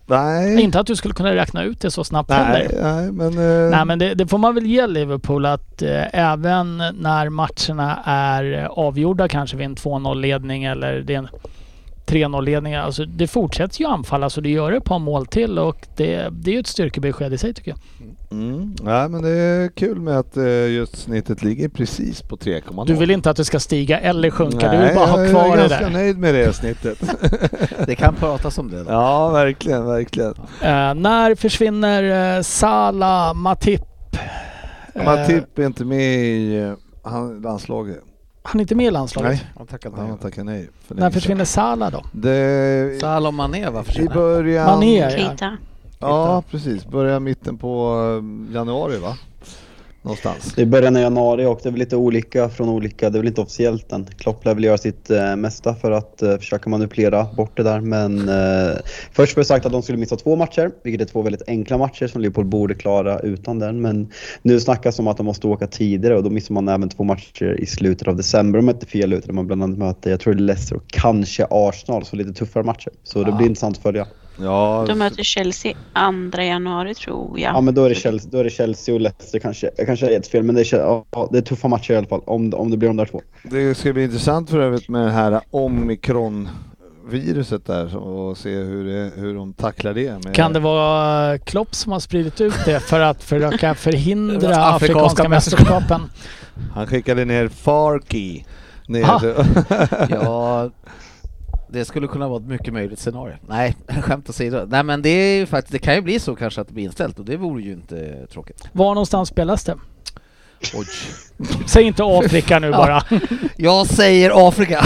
Nej. Inte att du skulle kunna räkna ut det så snabbt Nej, heller. nej, men, eh, Nej, men det, det får man väl ge Liverpool att eh, även när matcherna är avgjorda kanske vid en två noll-ledning eller det är en tre noll-ledning. Alltså det fortsätter ju anfalla så det gör ett par mål till och det, det är ju ett styrkebesked i sig tycker jag. Mm. Ja, men det är kul med att eh, just snittet ligger precis på tre komma noll. Du vill inte att det ska stiga eller sjunka, Nej, du vill bara ha kvar jag är det ganska där. nöjd med det snittet. Det kan pratas om det då. Ja, verkligen, verkligen. Uh, när försvinner uh, Salah, Matip? Uh, Matip är inte med i uh, han, landslaget. Han är inte med i landslaget? Nej, Han tackar han nej. tackar nej. För När försvinner Salah då? Det, Salah och Mané var I försvinner. början... Mané, ja. Keita. Ja, precis. Börjar mitten på uh, januari, va? Någonstans. Det är början av januari och det är väl lite olika från olika, det är väl inte officiellt än. Klopp lär väl göra sitt eh, mesta för att eh, försöka manipulera bort det där. Men eh, först var det sagt att de skulle missa två matcher, vilket är två väldigt enkla matcher som Liverpool borde klara utan den. Men nu snackas om att de måste åka tidigare och då missar man även två matcher i slutet av december om jag inte fel ut. Där man bland annat möter, jag tror det är Leicester och kanske Arsenal, så lite tuffare matcher. Så det blir intressant att följa. Ja, De möter Chelsea andra januari tror jag. Ja, men då är det Chelsea, då är det Chelsea och Leicester kanske. Jag kanske är ett fel, men det är, ja, det är tuffa matcher i alla fall om, om det blir de där två. det ska bli intressant för övrigt med det här omikron-viruset där och se hur, det, hur de tacklar det. Med... Kan det vara Klopp som har spridit ut det för att försöka förhindra Afrikanska afrikanska mästerskapen? Han skickade ner Farki ner. Ah. Ja, det skulle kunna vara ett mycket möjligt scenario. Nej, skämt åsido. Nej, men det är ju faktiskt, det kan ju bli så kanske att det blir inställt och det vore ju inte tråkigt. Var någonstans spelas det? Oj. Säg inte Afrika nu bara. Jag säger Afrika.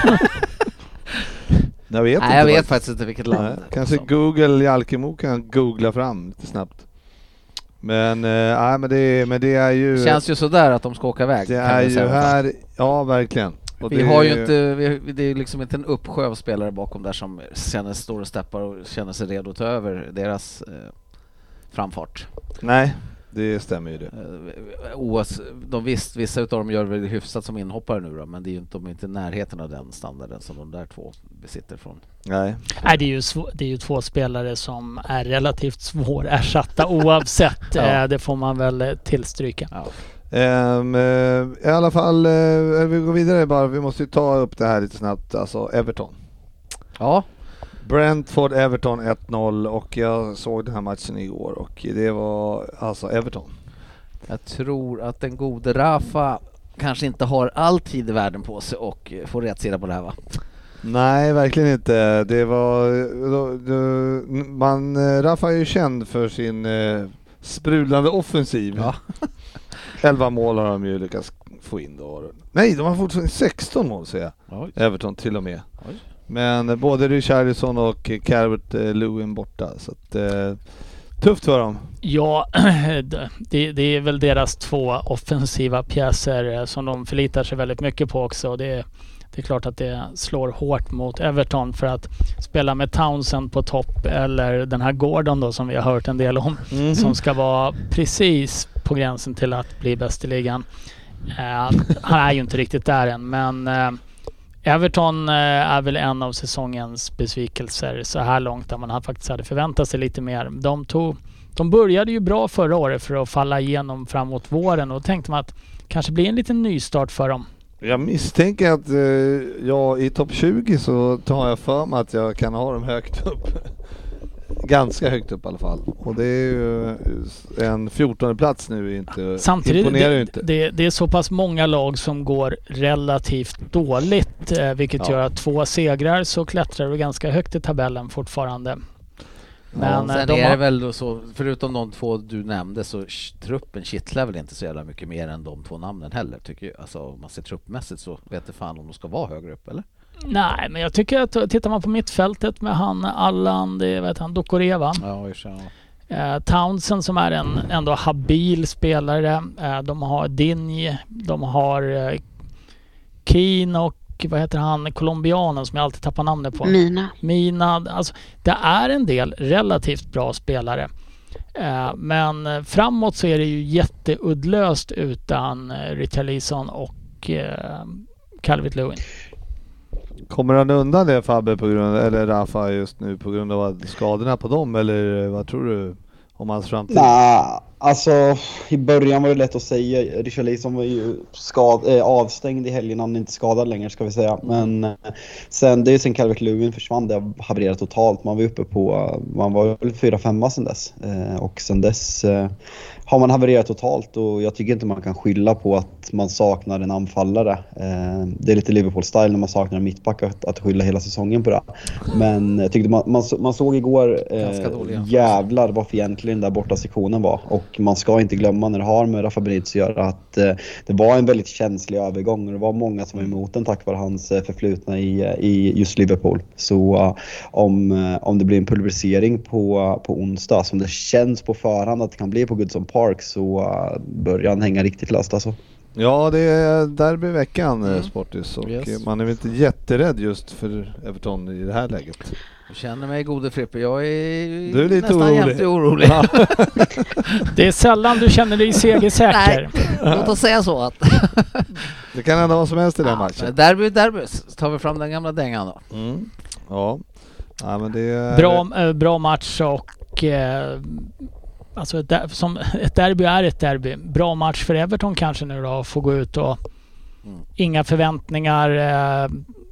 Jag vet, Nej, inte jag vet vad- faktiskt inte vilket land. Nej, kanske Google, Jalkemo kan googla fram lite snabbt. Men, eh, nej, men, det, men det är ju... Känns ju sådär att de ska åka iväg. det kan är vi ju säga. här... Ja, verkligen. Och Vi det har är ju inte, vi, det är liksom inte en uppsjö av spelare bakom där som känner stora steppar och känner sig redo att ta över deras eh, framfart. Nej, det stämmer ju det. Eh, oas, de visst, vissa utav dem gör väl hyfsat som inhoppare nu då, men det är ju inte, de är inte i närheten av den standarden som de där två besitter från. Nej. Nej, det är ju, sv- det är ju två spelare som är relativt svårersatta oavsett. Ja. eh, det får man väl eh, tillstryka. Ja. Um, uh, I alla fall, uh, vi går vidare bara. Vi måste ju ta upp det här lite snabbt. Alltså Everton. Ja. Brentford Everton ett noll och jag såg den här matchen igår och det var alltså Everton. Jag tror att den gode Rafa kanske inte har all tid i världen på sig och får rätt sida på det här, va? Nej, verkligen inte. Det var då, då, man Rafa är ju känd för sin uh, sprudlande offensiv. Ja. elva mål har de ju lyckats få in då. Nej, de har fortfarande sexton mål, säger jag. Oj. Everton till och med. Oj. Men både Richarlison och Calvert-Lewin borta, så att, eh, tufft för dem. Ja, det, det är väl deras två offensiva pjäser eh, som de förlitar sig väldigt mycket på också. Det, det är klart att det slår hårt mot Everton för att spela med Townsend på topp eller den här Gordon då som vi har hört en del om. Mm. Som ska vara precis på gränsen till att bli bäst i ligan. Eh, han är ju inte riktigt där än, men eh, Everton eh, är väl en av säsongens besvikelser så här långt där man faktiskt hade förväntat sig lite mer. De, tog, de började ju bra förra året för att falla igenom framåt våren och tänkte man att kanske blir en liten nystart för dem. Jag misstänker att eh, jag i topp tjugo så tar jag för mig att jag kan ha dem högt upp. Ganska högt upp i alla fall. Och det är ju en fjortonde plats nu, inte Samtidigt, imponerar ju det, inte. det, det är så pass många lag som går relativt dåligt, eh, vilket Ja. gör att två segrar så klättrar du ganska högt i tabellen fortfarande. Men Ja, eh, sen de är har, det väl då så, förutom de två du nämnde så sh- truppen kittlar väl inte så jävla mycket mer än de två namnen heller, tycker jag. Alltså om man ser truppmässigt så vet det fan om de ska vara högre upp, eller? nej, men jag tycker att tittar man på mittfältet med han Allan, det vet han, Dokoreva. Ja, jag känner. Eh, Townsend som är en ändå habil spelare. Eh, de har Dinj, de har eh, Keane och vad heter han, colombianen som jag alltid tappar namnet på. Mina. Mina, alltså det är en del relativt bra spelare. Eh, men framåt så är det ju jätteuddlöst utan eh, Richarlison och eh, Calvert-Lewin. Kommer han undan det, Fabbe, på grund, eller Rafa just nu på grund av skadorna på dem, eller vad tror du om hans framtid? Nej, alltså i början var det lätt att säga. Richarlison var ju skad, äh, avstängd i helgen, han är inte skadad längre ska vi säga. Men äh, sen, det är sen Calvert-Lewin försvann, det har havererat totalt. Man var uppe på, man var väl fyra femma sen dess. Äh, och sen dess äh, har man havererat totalt, och jag tycker inte man kan skylla på att man saknar en anfallare. Eh, det är lite Liverpool-style när man saknar en mittback att, att skylla hela säsongen på det. Men jag tyckte man, man, man såg igår eh, jävlar vad egentligen den där borta sektionen var. Och man ska inte glömma när det har med Rafa Benitez att göra att eh, det var en väldigt känslig övergång. Och det var många som var emot den tack vare hans eh, förflutna i, i just Liverpool. Så uh, om, uh, om det blir en pulverisering på, uh, på onsdag, som det känns på förhand att det kan bli på Goodson Park, så uh, börjar han hänga riktigt löst alltså. Ja, det är derbyveckan, Mm. Sportis, och Yes. man är väl inte jätterädd just för Everton i det här läget. Jag känner mig gode Frippe, jag är, Du är lite nästan orolig. jämt orolig. Ja. Det är sällan du känner dig segersäker. Låt oss säga så att Det kan hända vad som helst i den matchen. ja, derby, derby, så tar vi fram den gamla dängan då. Mm. Ja. Ja, men det är... Bra, äh, bra match och äh, alltså ett, der- som, ett derby är ett derby. Bra match för Everton kanske nu då, få gå ut och Mm. inga förväntningar, äh,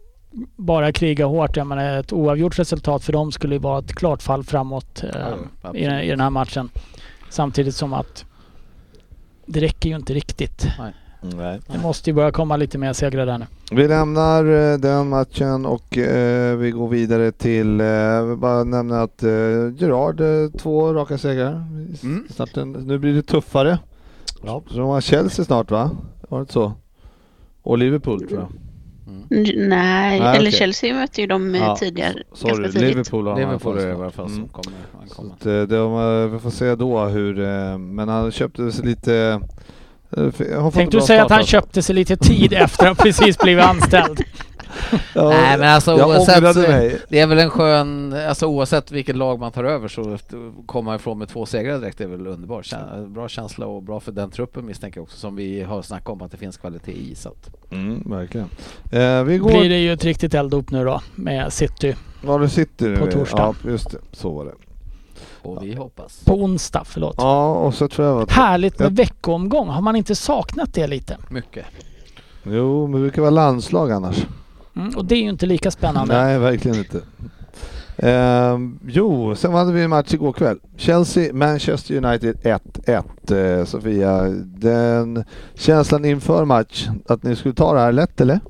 bara kriga hårt. Jag menar, ett oavgjort resultat för dem skulle ju vara ett klart fall framåt äh, Ja, i, den- i den här matchen. Samtidigt som att det räcker ju inte riktigt. Nej. Det måste ju börja komma lite mer segrar där nu. Vi lämnar eh, den matchen och eh, vi går vidare till, eh, vi bara nämna att eh, Gerard, eh, två raka segrar. Mm. Starten, nu blir det tuffare. Ja. Så de har Chelsea snart, va? Var det inte så? Och Liverpool, tror jag. N- Nej, Nej, eller okej. Chelsea mötte ju dem eh, Ja, tidigare. Sorry, ganska tidigt. Liverpool har Liverpool är det i han alla fall som Mm. kommer. Han Så kommer. att, eh, det, vi får se då hur, eh, men han köpte sig lite... eh, har fått en Tänkte du bra säga att start, han alltså. köpte sig lite tid efter att precis blivit anställd? Ja, Nej, men alltså jag oavsett ångrade så- mig. Det är väl en skön, alltså oavsett vilket lag man tar över så komma ifrån med två segrar direkt, det är väl underbart. Kä- Bra känsla och bra för den truppen, misstänker jag också, som vi har snackat om att det finns kvalitet i. Så att. Mm, verkligen. Eh, vi går... Blir det ju ett riktigt elddop nu då med City Var du sitter på nu? torsdag. Ja, just det. Så var det. Och vi hoppas. på onsdag, förlåt. Ja, och så tror jag att... Härligt med Ja. veckoomgång. Har man inte saknat det lite? Mycket. Jo, men det brukar vara landslag annars. Mm, och det är ju inte lika spännande. Nej, verkligen inte. Ehm, jo, sen hade vi en match igår kväll. Chelsea, Manchester United ett ett. Eh, Sofia, den känslan inför match, att ni skulle ta det här lätt, eller?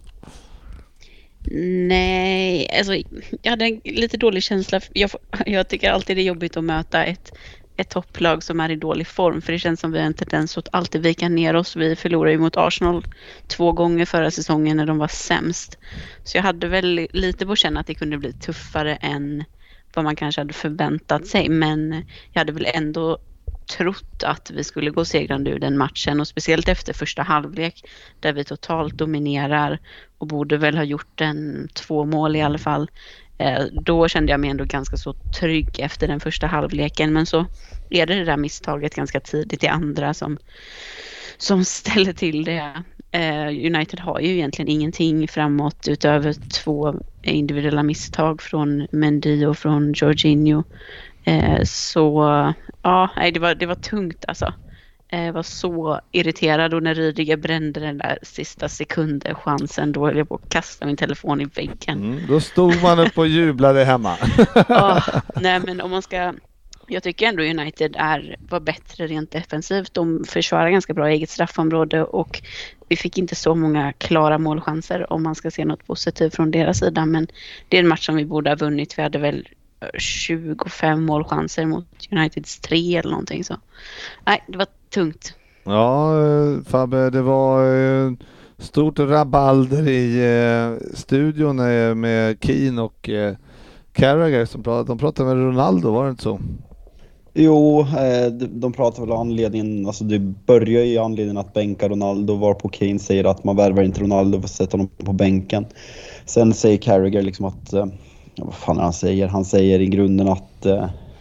Nej, alltså jag hade en lite dålig känsla. Jag, jag tycker alltid det är jobbigt att möta ett, ett topplag som är i dålig form. För det känns som vi har en tendens att alltid vika ner oss. Vi förlorade ju mot Arsenal två gånger förra säsongen när de var sämst. Så jag hade väl lite på känna att det kunde bli tuffare än vad man kanske hade förväntat sig. Men jag hade väl ändå trott att vi skulle gå segrande ur den matchen, och speciellt efter första halvlek där vi totalt dominerar och borde väl ha gjort en två mål i alla fall. Eh, då kände jag mig ändå ganska så trygg efter den första halvleken, men så är det det där misstaget ganska tidigt i andra som, som ställer till det. Eh, United har ju egentligen ingenting framåt utöver två individuella misstag från Mendy och från Jorginho. Eh, så ja, nej, det var, det var tungt alltså. Eh, jag var så irriterad, och när Rydiger brände den där sista sekunden chansen, då höll jag på att kasta min telefon i väggen. Mm, då stod man upp och jublade hemma. Oh, nej, men om man ska... Jag tycker ändå United är, var bättre rent defensivt. De försvarar ganska bra eget straffområde, och vi fick inte så många klara målchanser om man ska se något positivt från deras sida. Men det är en match som vi borde ha vunnit. Vi hade väl tjugofem målchanser mot Uniteds tre eller någonting så. Nej, det var tungt. Ja, eh, Fabbe, det var eh, stort rabalder i eh, studion eh, med Keane och eh, Carragher som pratade. De pratade med Ronaldo, var det inte så? Jo, eh, de, de pratar väl anledningen, alltså det börjar ju anledningen att bänka Ronaldo, var på Kane säger att man värvar inte Ronaldo för att sätta honom på bänken. Sen säger Carragher liksom att, eh, vad fan är han säger? Han säger i grunden att, eh,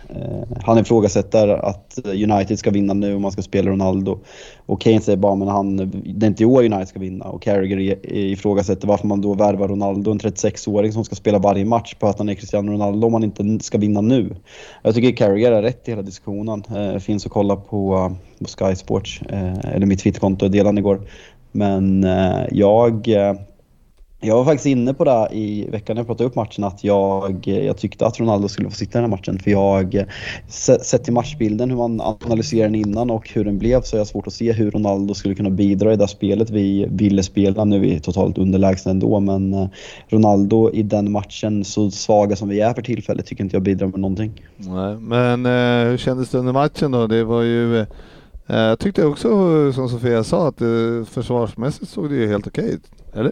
Eh, han ifrågasätter att United ska vinna nu och man ska spela Ronaldo. Och Kane säger bara men han, det är inte i år United ska vinna. Och Carragher ifrågasätter varför man då värvar Ronaldo, en trettiosex-åring som ska spela varje match på att han är Cristiano Ronaldo om man inte ska vinna nu. Jag tycker Carragher är rätt i hela diskussionen. Eh, finns att kolla på, på Sky Sports eh, eller mitt Twitterkonto och delade igår. Men eh, jag... Eh, Jag var faktiskt inne på det i veckan när jag pratade upp matchen att jag, jag tyckte att Ronaldo skulle få sitta i den här matchen. För jag, sett till matchbilden, hur man analyserar den innan och hur den blev, så är jag svårt att se hur Ronaldo skulle kunna bidra i det spelet vi ville spela. Nu är vi totalt underlägsna ändå, men Ronaldo i den matchen, så svaga som vi är för tillfället, tycker inte jag bidrar med någonting. Nej, men eh, hur kändes det under matchen då? Det var ju... Eh, jag tyckte också, som Sofia sa, att eh, försvarsmässigt såg det ju helt okej ut, eller?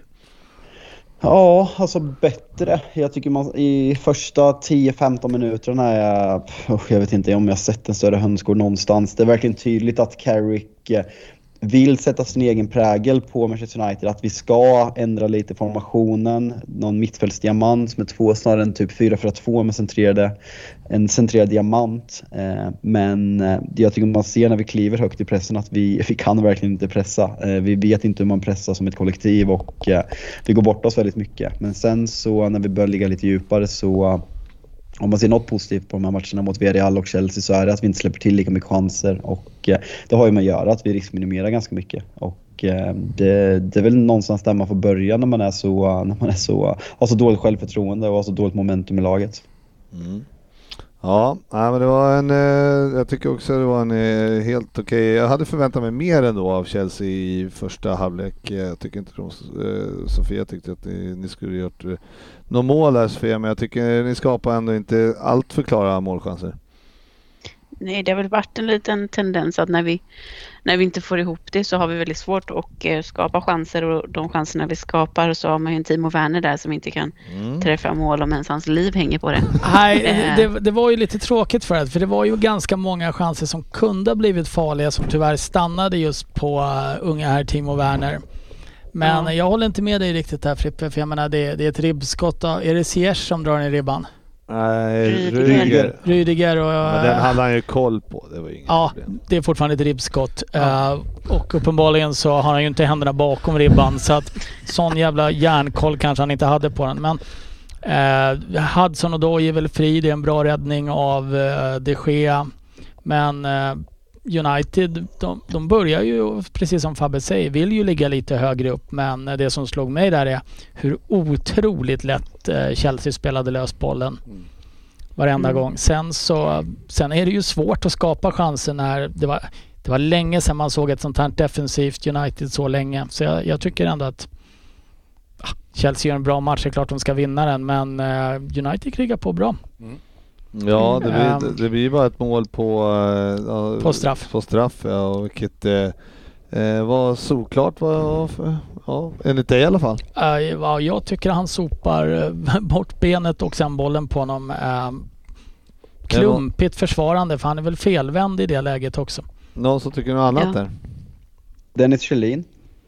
Ja, alltså bättre. Jag tycker man i första tio femton minuterna är jag, jag vet inte om jag sett en större hönsgård någonstans. Det är verkligen tydligt att Carrick vill sätta sin egen prägel på Manchester United, att vi ska ändra lite formationen, någon mittfältsdiamant med två snarare än typ fyra fyra två med centrerade, en centrerad diamant. Eh, men eh, jag tycker man ser när vi kliver högt i pressen att vi, vi kan verkligen inte pressa. Eh, vi vet inte hur man pressar som ett kollektiv och eh, vi går bort oss väldigt mycket. Men sen så när vi börjar ligga lite djupare så om man ser något positivt på de här matcherna mot Villarreal och Chelsea, så är det att vi inte släpper till lika mycket chanser, och eh, det har ju med att göra att vi riskminimerar ganska mycket, och eh, det, det är väl någonstans där man får börja när man är så, när man är så, har så dåligt självförtroende och har så dåligt momentum i laget. Mm. Ja, men det var en, jag tycker också det var en helt okej. Okay. Jag hade förväntat mig mer ändå av Chelsea i första halvlek. Jag tycker inte de, Sofia tyckte att ni, ni skulle gjort något mål där, Sofia, men jag tycker ni skapar ändå inte allt för klara målchanser. Nej, det har väl varit en liten tendens att när vi, när vi inte får ihop det så har vi väldigt svårt att skapa chanser, och de chanserna vi skapar så har man ju en Timo Werner där som inte kan mm. träffa mål om ens hans liv hänger på det. Nej, det, det var ju lite tråkigt för det, för det var ju ganska många chanser som kunde ha blivit farliga som tyvärr stannade just på uh, unga här Timo Werner. Men ja. Jag håller inte med dig riktigt här, Frippe, för jag menar det, det är ett ribbskott. Är det Ziyech som drar ner ribban? Nej, Rydiger. Rydiger och, men den hade han ju koll på, det var inget ja, problem. Det är fortfarande ett ribbskott. Ja. Uh, och uppenbarligen så har han ju inte händerna bakom ribban, så att sån jävla järnkoll kanske han inte hade på den. Men uh, Hudson och då är väl fri, det är en bra räddning av uh, De Gea. Men uh, United, de, de börjar ju, precis som Fabbe säger, vill ju ligga lite högre upp, men det som slog mig där är hur otroligt lätt eh, Chelsea spelade lös bollen mm. varenda mm. gång. Sen så sen är det ju svårt att skapa chanser när det var, det var länge sedan man såg ett sånt här defensivt United så länge. Så jag, jag tycker ändå att ah, Chelsea gör en bra match, det är klart de ska vinna den, men eh, United krigar på bra. Mm. Ja, det blir, um, det blir bara ett mål på, uh, på straff. På straff, ja, vilket uh, var såklart, var, ja, enligt dig i alla fall. Uh, ja, jag tycker han sopar uh, bort benet och sen bollen på honom. Uh, klumpigt försvarande, för han är väl felvänd i det läget också. Någon som tycker något annat ja. där? Dennis Kjellin.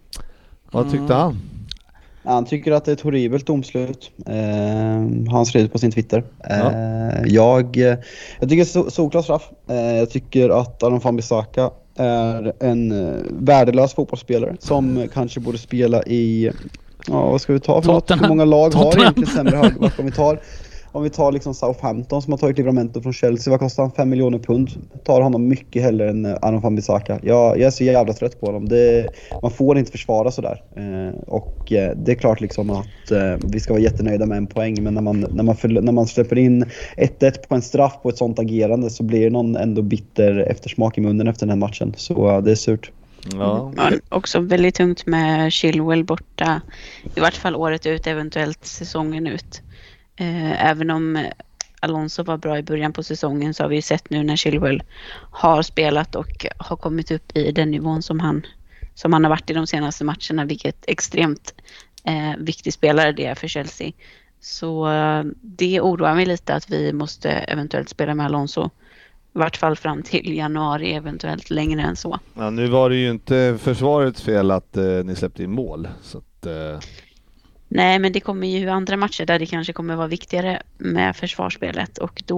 Vad tyckte mm. han? Han tycker att det är ett horribelt domslut. Eh, han skrivit på sin Twitter. Eh, ja. jag, jag tycker så, såklart straff. Eh, jag tycker att Aaron Wan-Bissaka är en uh, värdelös fotbollsspelare som kanske borde spela i, ja, vad ska vi ta för något? Hur många lag Tottenham. har egentligen sämre högback? Om vi tar Om vi tar liksom Southampton som har tagit Livramento från Chelsea, vad kostar han? fem miljoner pund. Tar honom mycket hellre än Aaron Wan-Bissaka. Jag, jag är så jävla trött på honom. Det, man får inte försvara sådär. Eh, och eh, det är klart liksom att eh, vi ska vara jättenöjda med en poäng. Men när man, när man, för, när man släpper in ett ett på en straff på ett sånt agerande, så blir det någon ändå bitter eftersmak i munnen efter den här matchen. Så eh, det är surt. Ja. Ja, också väldigt tungt med Chilwell borta. I vart fall året ut, eventuellt säsongen ut. Även om Alonso var bra i början på säsongen, så har vi sett nu när Chilwell har spelat och har kommit upp i den nivån som han, som han har varit i de senaste matcherna, vilket extremt eh, viktig spelare det är för Chelsea. Så eh, det oroar mig lite att vi måste eventuellt spela med Alonso, i vart fall fram till januari, eventuellt längre än så. Ja, nu var det ju inte försvarets fel att eh, ni släppte in mål, så att... Eh... Nej, men det kommer ju andra matcher där det kanske kommer vara viktigare med försvarsspelet, och då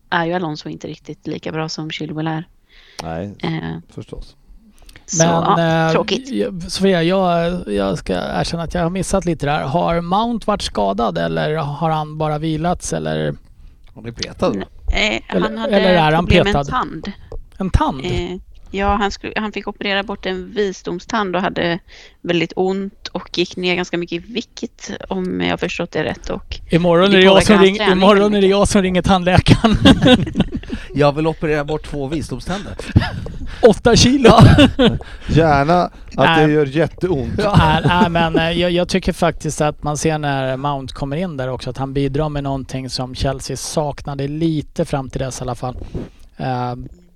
är ju Alonso inte riktigt lika bra som Chilwell är. Nej, Eh, förstås. så, Men ja, eh, tråkigt. jag- Sofia, jag, jag ska erkänna att jag har missat lite där. Har Mount varit skadad eller har han bara vilats eller Hon är petad va? Eh, han Eller- hade eller är han problem med petad? en tand. en tand? Eh, ja, han, skulle, han fick operera bort en visdomstand och hade väldigt ont och gick ner ganska mycket i vikt om jag har förstått det rätt. Och Imorgon det är det jag påverkar som, hans ring, träning imorgon är det mycket. jag som ringer tandläkaren. Jag vill operera bort två visdomständer. Åtta kilo. Gärna att Nej. det gör jätteont. nej, nej, men eh, jag, jag tycker faktiskt att man ser när Mount kommer in där också att han bidrar med någonting som Chelsea saknade lite fram till dess i alla fall. Uh,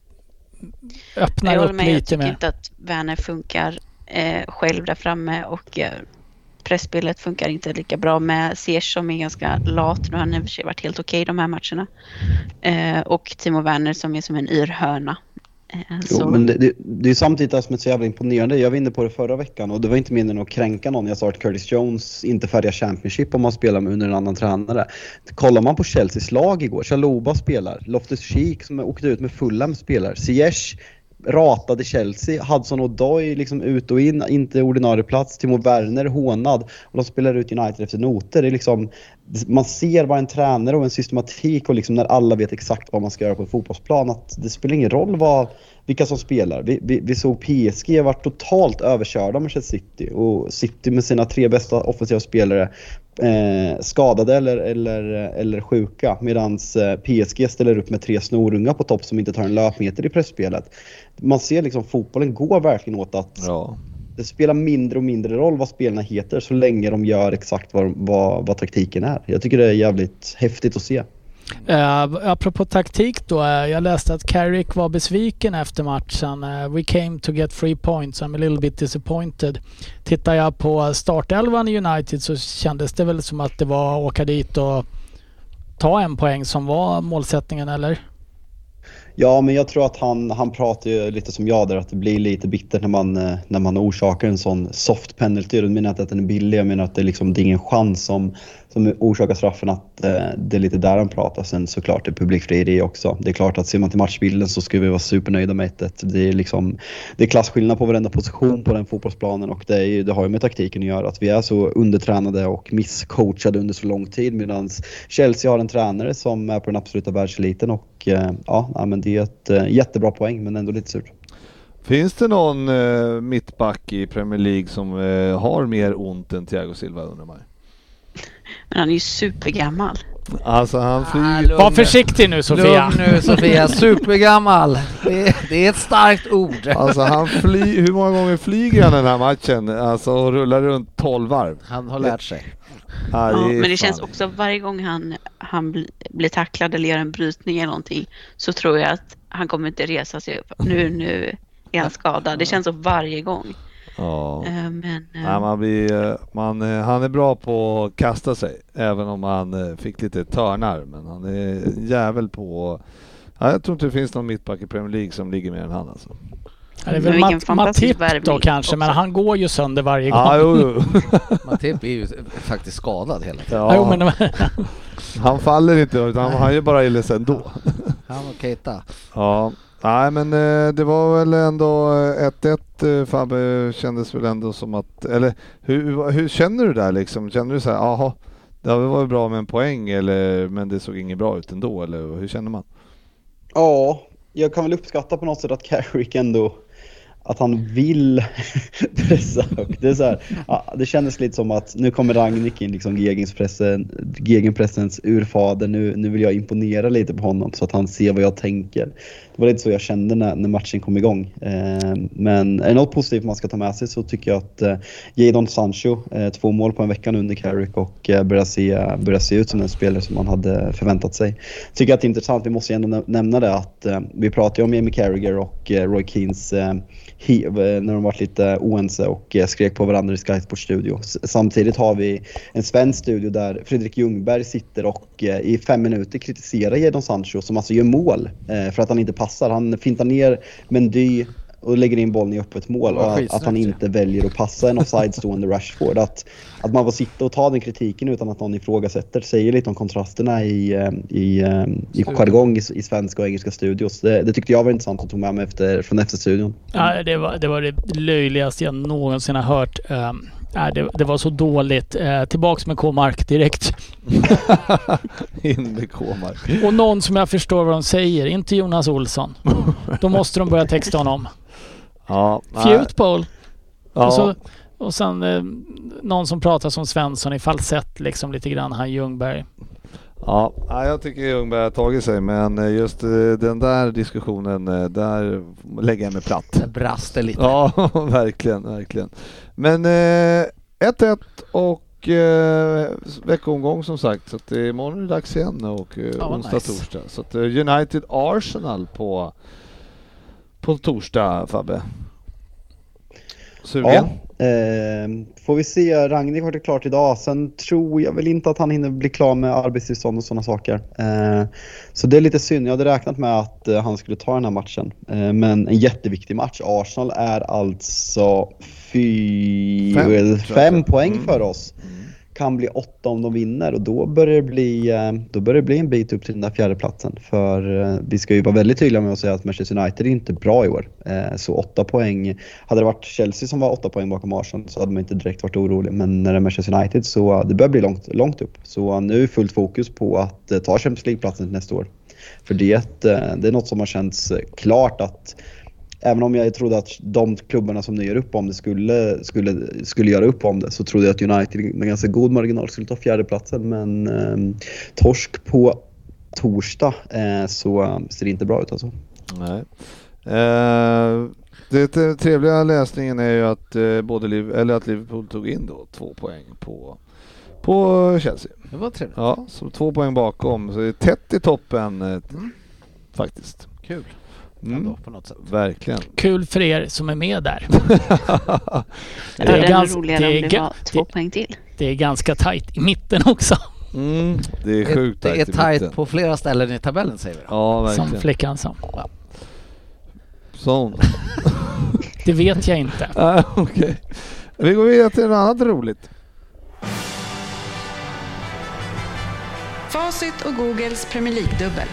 öppnar Jag håller upp med, jag lite tycker mer. inte att Werner funkar eh, själv där framme och eh, pressspelet funkar inte lika bra med Ziyech som är ganska lat. Nu har han i och för sig varit helt okej de här matcherna. Eh, och Timo Werner som är som en yrhörna. Eh, så. Jo, men det, det, det är samtidigt det som är så jävla imponerande. Jag var inne på det förra veckan och det var inte meningen att kränka någon. Jag sa att Curtis Jones inte färdiga Championship om man spelar med under en annan tränare. Kollar man på Chelseas lag igår, Chalobah spelar, Loftus-Cheek som åkte ut med Fulham spelar, Ziyech ratade Chelsea, Hudson-Odoi liksom ut och in, inte ordinarie plats, Timo Werner hånad och de spelar ut United efter noter. Det är liksom, man ser vad en tränare och en systematik och liksom när alla vet exakt vad man ska göra på en fotbollsplan, att det spelar ingen roll vad, vilka som spelar. Vi, vi, vi såg P S G varit totalt överkörda med City och City med sina tre bästa offensiva spelare eh, skadade eller, eller, eller sjuka, medan eh, P S G ställer upp med tre snorunga på topp som inte tar en löpmeter i pressspelet. Man ser liksom fotbollen går verkligen åt att Ja. det spelar mindre och mindre roll vad spelarna heter så länge de gör exakt vad, vad, vad taktiken är. Jag tycker det är jävligt häftigt att se. Uh, apropå taktik då, uh, jag läste att Carrick var besviken efter matchen. Uh, we came to get three points, I'm a little bit disappointed. Tittar jag på startelvan i United så kändes det väl som att det var att åka dit och ta en poäng som var målsättningen, eller? Ja, men jag tror att han, han pratar ju lite som jag där, att det blir lite bitter när man, när man orsakar en sån soft penalty. Jag menar inte att den är billig, jag menar att det är, liksom, det är ingen chans som, som orsakar straffen, att eh, det är lite där han pratar. Sen såklart det är publikfrieri också. Det är klart att ser man till matchbilden så ska vi vara supernöjda med ett. Det är liksom, det är klasskillnad på varenda position på den fotbollsplanen och det, är, det har ju med taktiken att göra. Att vi är så undertränade och misscoachade under så lång tid, medan Chelsea har en tränare som är på den absoluta världseliten och eh, ja, men det är ett eh, jättebra poäng, men ändå lite surt. Finns det någon eh, mittback i Premier League som eh, har mer ont än Thiago Silva, undrar man? Men han är ju supergammal. Alltså han Ah, flyger... lugn. Var försiktig nu, Sofia. Lugn nu Sofia, supergammal. Det är, det är ett starkt ord. Alltså han fly, hur många gånger flyger han den här matchen? Alltså och rullar runt tolv varv. Han har lärt sig. Ja, Ja, är men det fan- känns också varje gång han, han bli, blir tacklad eller gör en brytning eller någonting, så tror jag att han kommer inte resa sig upp. Nu, nu är han skadad. Det känns så varje gång. Ja. Eh, Men eh, Ja, man blir, eh, man, eh, han är bra på att kasta sig, även om han eh, fick lite törnar, men han är en jävel på... Ja, jag tror inte det finns någon mittback i Premier League som ligger mer än han alltså. Ja, det är Men väl vilken Mat- fantastisk Matip då värvning kanske, men också. han går ju sönder varje gång. Ja, jo, jo. Matip är ju faktiskt skadad hela tiden. Ja, jo, Ja, men, han faller inte utan han gör bara illa sen då. Han och Keita. Ja, nej men eh, det var väl ändå ett ett eh, Fabbe, kändes väl ändå som att, eller hur, hur känner du där liksom? Känner du så här, aha, det var bra med en poäng eller, men det såg inget bra ut ändå, eller hur känner man? Ja, jag kan väl uppskatta på något sätt att Carrick ändå, att han vill pressa högt. Det är så här, ja, det kändes lite som att nu kommer Rangnick in, liksom gegenpressen, gegenpressens urfader. Nu, nu vill jag imponera lite på honom så att han ser vad jag tänker. Det var lite så jag kände när, när matchen kom igång. Eh, men är det något positivt man ska ta med sig så tycker jag att eh, Jadon Sancho, eh, två mål på en vecka under Carrick och eh, börjar, se, börjar se ut som en spelare som man hade förväntat sig. Tycker att det är intressant, vi måste ändå nä- nämna det att eh, vi pratade ju om Jamie Carragher och eh, Roy Keanes eh, he, när de varit lite oense och eh, skrek på varandra i Sky Sports studio. S- samtidigt har vi en svensk studio där Fredrik Ljungberg sitter och eh, i fem minuter kritiserar Jadon Sancho som alltså gör mål eh, för att han inte passar. Han fintar ner Mendy och lägger in bollen i öppet mål och att, att han inte väljer att passa en offside-stående Rashford. Att, att man får sitta och ta den kritiken utan att någon ifrågasätter säger lite om kontrasterna i, i, i jargong i, i svenska och engelska studios. Det, det tyckte jag var intressant att ta med mig efter, från F C-studion. Ja, det var, det var det löjligaste jag någonsin har hört. Um, äh, det, det var så dåligt. Uh, tillbaks med K-mark direkt. In med K-mark. Och någon som jag förstår vad de säger, inte Jonas Olsson. Då måste de börja texta honom. Ja, Fjut Paul. ja. Och, så, och sen eh, någon som pratar som Svensson i falsett liksom lite grann, han Ljungberg. Ja, jag tycker Ljungberg har tagit sig, men just den där diskussionen, där lägger jag mig platt. Det braste lite. Ja, verkligen, verkligen. Men eh, ett ett och eh, veckomgång som sagt, så att det är imorgon är det dags igen och eh, ja, onsdag, nice. torsdag. Så att United Arsenal på på torsdag, Fabbe. Sugen? Ja, eh, får vi se. Ragnhild har det klart idag. Sen tror jag väl inte att han hinner bli klar med arbetstillstånd och sådana saker. Eh, så det är lite synd. Jag hade räknat med att eh, han skulle ta den här matchen. Eh, men en jätteviktig match. Arsenal är alltså fy, fem, fem poäng mm. för oss. Mm. Kan bli åtta om de vinner och då börjar det bli, då börjar det bli en bit upp till den där fjärde platsen. För vi ska ju vara väldigt tydliga med att säga att Manchester United är inte bra i år. Så åtta poäng, hade det varit Chelsea som var åtta poäng bakom Arsenal så hade man inte direkt varit orolig. Men när det är Manchester United så det börjar bli långt, långt upp. Så nu är fullt fokus på att ta Champions League-platsen nästa år. För det, det är något som har känts klart att även om jag trodde att de klubbarna som nu gör upp om det skulle, skulle, skulle göra upp om det, så trodde jag att United med ganska god marginal skulle ta fjärdeplatsen. Men eh, torsk på torsdag eh, så ser det inte bra ut alltså. Nej. Eh, det trevliga läsningen är ju att, eh, både Liv, eller att Liverpool tog in då två poäng på, på Chelsea. Det var trevligt. Ja, så två poäng bakom. Så det är tätt i toppen eh, mm. faktiskt. Kul. Mm. Ändå, på något sätt. Verkligen. Kul för er som är med där. det är ganska roligare om det var två poäng till. Det är ganska tajt i mitten också. Mm, det är sjukt tajt. Det är tajt på flera ställen i tabellen säger vi. Ja, verkligen. Som flickan sa. Ja. Sån. Det vet jag inte. Ah, okej. Okay. Vi går vidare till något annat roligt. Facit och Googles Premier League-dubbel.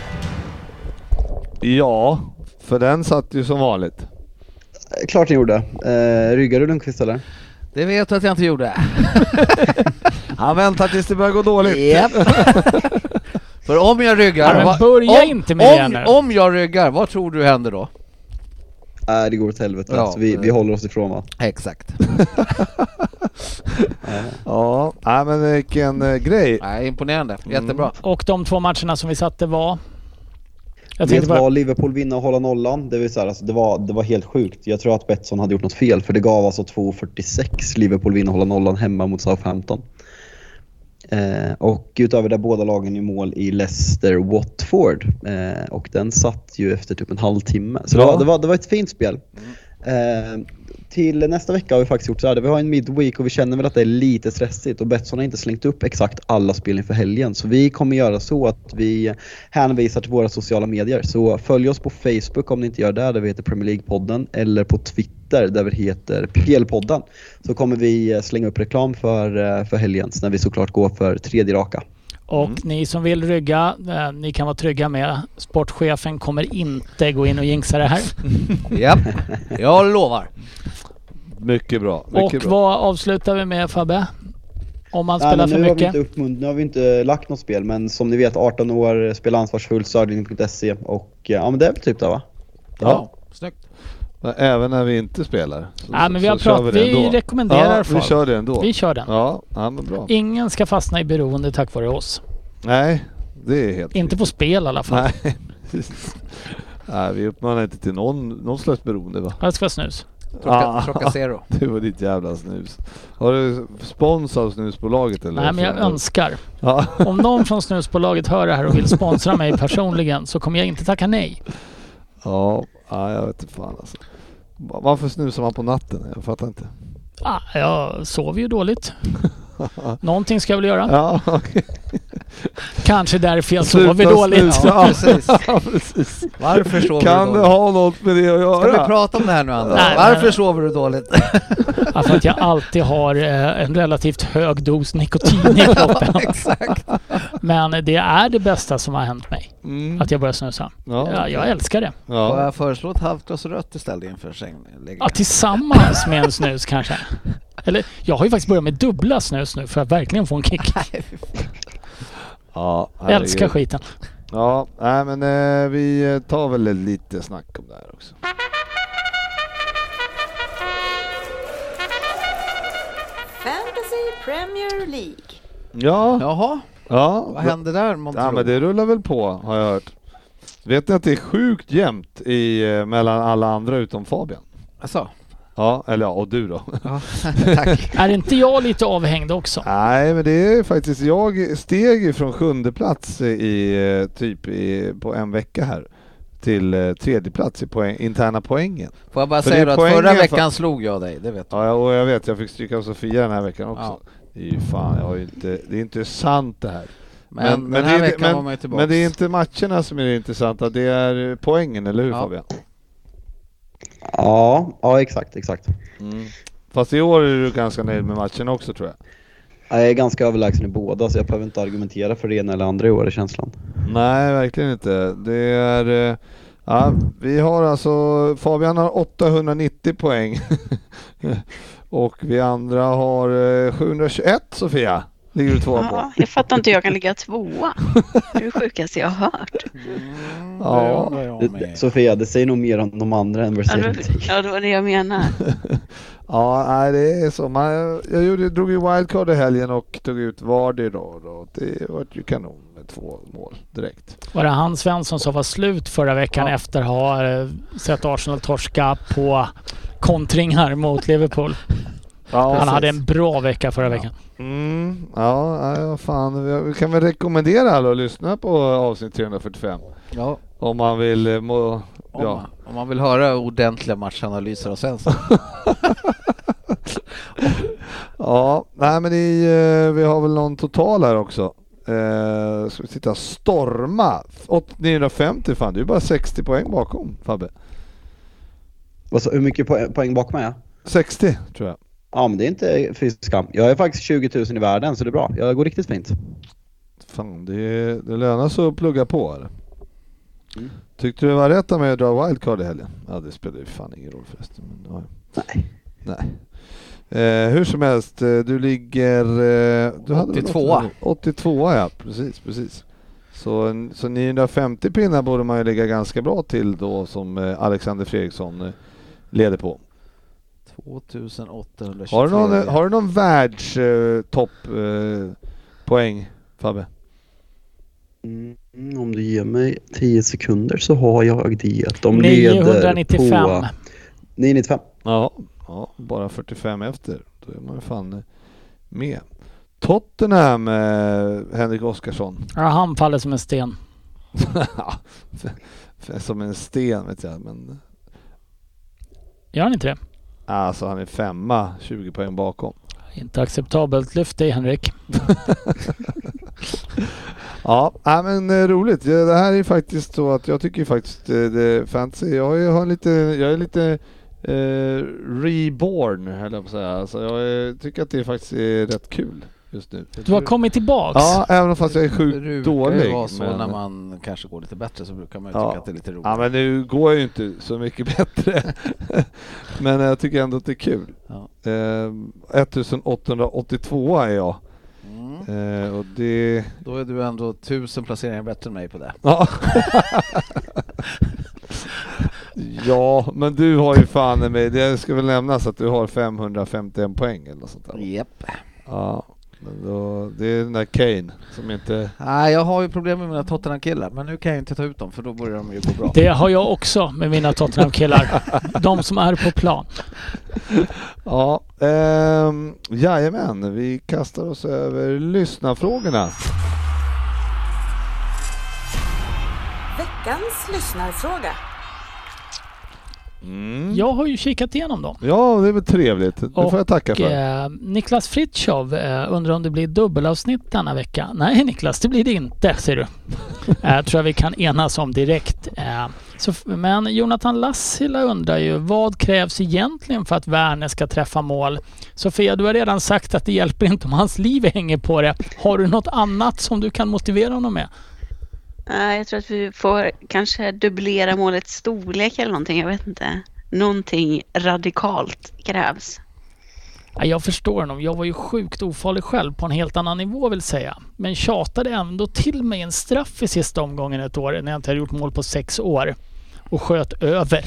Ja, för den satt ju som vanligt. Klart ni gjorde. Eh, ryggar du Lundqvist eller? Det vet jag att jag inte gjorde. Han väntar tills det börjar gå dåligt. Yep. För om jag ryggar... Ja, men börja om, inte med om, det om jag ryggar, vad tror du händer då? Nej, äh, det går åt helvete. Ja, så vi, vi håller oss ifrån va? Exakt. Ja, nej, men vilken uh, grej. Nej, imponerande. Jättebra. Mm. Och de två matcherna som vi satte var... Jag vet vad bara... Liverpool vinna och hålla nollan. Det, vill säga, alltså, det, var, det var helt sjukt. Jag tror att Betsson hade gjort något fel. För det gav alltså två fyrtiosex Liverpool vinna och hålla nollan hemma mot Southampton. Eh, och utöver det båda lagen i mål i Leicester Watford. Eh, och den satt ju efter typ en halvtimme. Så ja. det, var, det, var, det var ett fint spel. Mm. Eh, till nästa vecka har vi faktiskt gjort så här. Vi har en midweek och vi känner väl att det är lite stressigt. Och Betsson har inte slängt upp exakt alla spel inför helgen. Så vi kommer göra så att vi hänvisar till våra sociala medier. Så följ oss på Facebook om ni inte gör det. Där vi heter Premier League-podden. Eller på Twitter där vi heter P L-podden. Så kommer vi slänga upp reklam för, för helgens. När vi såklart går för tredje raka. Och mm. ni som vill rygga, eh, ni kan vara trygga med. Sportchefen kommer inte gå in och jinxa det här. Ja, jag lovar. Mycket bra. Mycket och bra. vad avslutar vi med, Fabbe? Om man Nej, spelar för nu mycket. Har vi inte uppmunt- nu har vi inte lagt något spel, men som ni vet arton år, spela ansvarsfullt, stödling punkt se och ja, men det är väl typ det va? Ja, ja. Snyggt. Även när vi inte spelar. Så, ja, men vi har så pratat, vi, vi rekommenderar ja, för. vi kör det ändå. Vi kör den. Ja, ja, men bra. Ingen ska fastna i beroende tack vare oss. Nej, det är helt inte på spel i alla fall. Nej, Nej vi uppmanar inte till någon, någon slags beroende va? Det ska vara snus. Ah, Trocacero. Det var ditt jävla snus. Har du spons av snusbolaget eller? Nej, men jag önskar. Ja. Om någon från snusbolaget hör det här och vill sponsra mig personligen så kommer jag inte tacka nej. Ja, ja jag vet inte fan alltså. Varför snusar man på natten? Jag fattar inte. Ah, jag sover ju dåligt. Någonting ska jag väl göra. Ja, okej. Okay. Kanske därför jag Sluta sover dåligt. snusa. Ja, precis. Ja, precis. Varför sover Kan du det dåligt? ha något med det att göra? Ska vi prata om det här nu, Andra? Nej, Varför men- sover du dåligt? Ja, för att jag alltid har eh, en relativt hög dos nikotin i kroppen. Exakt. Men det är det bästa som har hänt mig. Mm. Att jag börjar snusa. Ja. Ja, jag älskar det. Får Ja. jag föreslå ett halvt glas rött istället inför sängläggningen? Ja, tillsammans med en snus kanske. Eller jag har ju faktiskt börjat med dubbla snus nu för att verkligen få en kick. Ja, Jag älskar herregud. skiten. Ja, nej men eh, vi tar väl lite snack om det här också. Fantasy Premier League. Ja, Jaha, ja. vad hände där, Montero? Ja men det rullar väl på, har jag hört. Vet ni att det är sjukt jämnt i, eh, mellan alla andra utom Fabian? Alltså, Ja, eller ja, och du då. ja, tack. Är inte jag lite avhängd också? Nej, men det är faktiskt, jag steg ju från sjunde plats i eh, typ i, på en vecka här till eh, tredje plats i poäng, interna poängen. Får jag bara För säga det är då att förra poängen veckan slog jag dig, det vet du. Ja, jag- och jag vet, jag fick stryka av Sofia den här veckan också. Ja. Det är ju fan, jag har ju inte, det är inte sant det här. Men, Men- den men här det är- veckan men- var man ju tillbaka. Men det är inte matcherna som är det intressanta, det är poängen, eller hur Ja. Fabian? Ja, ja exakt, exakt. Mm. Fast i år är du ganska nöjd med matchen också tror jag. Jag är ganska överlägsen i båda så jag behöver inte argumentera för det ena eller andra i år, är känslan. Nej, verkligen inte. Det är... eh, Ja, vi har alltså... Fabian har åttahundranittio poäng. Och vi andra har eh, sjuhundratjugoett, Sofia. Ligger du tvåa på. Ja, jag fattar inte hur jag kan ligga tvåa. Det är det sjukaste jag har hört. Mm, Ja. det undrar jag Det, med. Sofia, det säger nog mer om de andra än vad det Ja, säger det om dig. var, ja, det var det jag menar. Ja, nej, det är så. Man, jag gjorde, drog ju wildcard i helgen och tog ut Vardy då. då. Det var ju kanon med två mål direkt. Var det han Svensson som var slut förra veckan Ja. efter att ha eh, sett Arsenal torska på kontringar mot Liverpool? Ja, Han hade en bra vecka förra veckan. Mm, ja, ja, fan. Vi kan väl rekommendera alla att lyssna på avsnitt trehundrafyrtiofem. Ja, Om man vill eh, må, om, ja. man, om man vill höra ordentliga matchanalyser av Svensson. Ja, nej men i, eh, vi har väl någon total här också. Eh, ska vi sitta och storma? åt- niohundrafemtio fan, det är bara sextio poäng bakom Fabbe. Vad så, hur mycket poäng, poäng bakom är jag? sextio tror jag. Ja, men det är inte fy skam. Jag är faktiskt tjugo tusen i världen så det är bra. Jag går riktigt fint. Fan, det, det lönar sig att plugga på eller? Mm. Tyckte du det var rätt av mig att dra wildcard i helgen? Ja, det spelar ju fan ingen roll förresten. Men, ja. Nej. Nej. Eh, hur som helst, eh, du ligger... Eh, du hade väl åttiotvå. åttio- åttiotvå, ja. Precis, precis. Så, en- så niohundrafemtio pinnar borde man ju ligga ganska bra till då som eh, Alexander Fredriksson eh, leder på. tvåtusenåttahundratjugotre. Har du någon, eh, har du någon världs eh, topp eh, poäng, Fabbe? Mm, om du ger mig tio sekunder så har jag det. De leder niohundranittiofem. på niohundranittiofem. Ja, ja, bara fyrtiofem efter. Då är man ju fan eh, med. Tottenham med Henrik Oskarsson. Ja, han faller som en sten. Som en sten vet jag, men Gör han inte det? alltså han är femma, tjugo poäng bakom. Inte acceptabelt. Lyft dig Henrik. Ja, nej, men eh, roligt. Ja, det här är faktiskt så att jag tycker faktiskt eh, det fantasy. Jag är, har lite, jag är lite eh, reborn, höll jag på att säga. Alltså, jag eh, tycker att det faktiskt är rätt kul just nu. Du har kommit tillbaks. Ja, även fast jag är Det sjukt brukar dålig. ju vara så men- när man kanske går lite bättre så brukar man ju Ja. tycka att det är lite roligt. Ja, men nu går jag ju inte så mycket bättre. Men jag tycker ändå att det är kul. Ja. Eh, ettonhundraåttiotvå är jag. Mm. Eh, och det... Då är du ändå tusen placeringar bättre än mig på det. Ja. Ja, men du har ju fan med. Det ska väl nämnas att du har femhundrafemtioen poäng eller något sånt där. Japp. Ja, men då, det är den där Kane som inte... Nej, jag har ju problem med mina Tottenham-killar, men nu kan jag inte ta ut dem för då börjar de ju gå bra. Det har jag också med mina Tottenham-killar. De som är på plan. Ja, ehm, jajamän, vi kastar oss över lyssnarfrågorna. Veckans lyssnarfråga. Mm. Jag har ju kikat igenom dem. Ja, det är väl trevligt. Det och, får jag tacka för. Eh, Niklas Fritjof eh, undrar om det blir dubbelavsnitt denna vecka. Nej Niklas, det blir det inte, ser du. eh, tror jag vi kan enas om direkt. Eh, så, men Jonathan Lassila undrar ju, vad krävs egentligen för att Werner ska träffa mål? Sofia, du har redan sagt att det hjälper inte om hans liv hänger på det. Har du något annat som du kan motivera honom med? Uh, jag tror att vi får kanske dubblera målets storlek eller någonting. Jag vet inte. Någonting radikalt krävs. Ja, jag förstår honom. Jag var ju sjukt ofarlig själv på en helt annan nivå vill säga. Men tjatade ändå till mig en straff i sista omgången ett år när jag inte hade gjort mål på sex år. Och sköt över.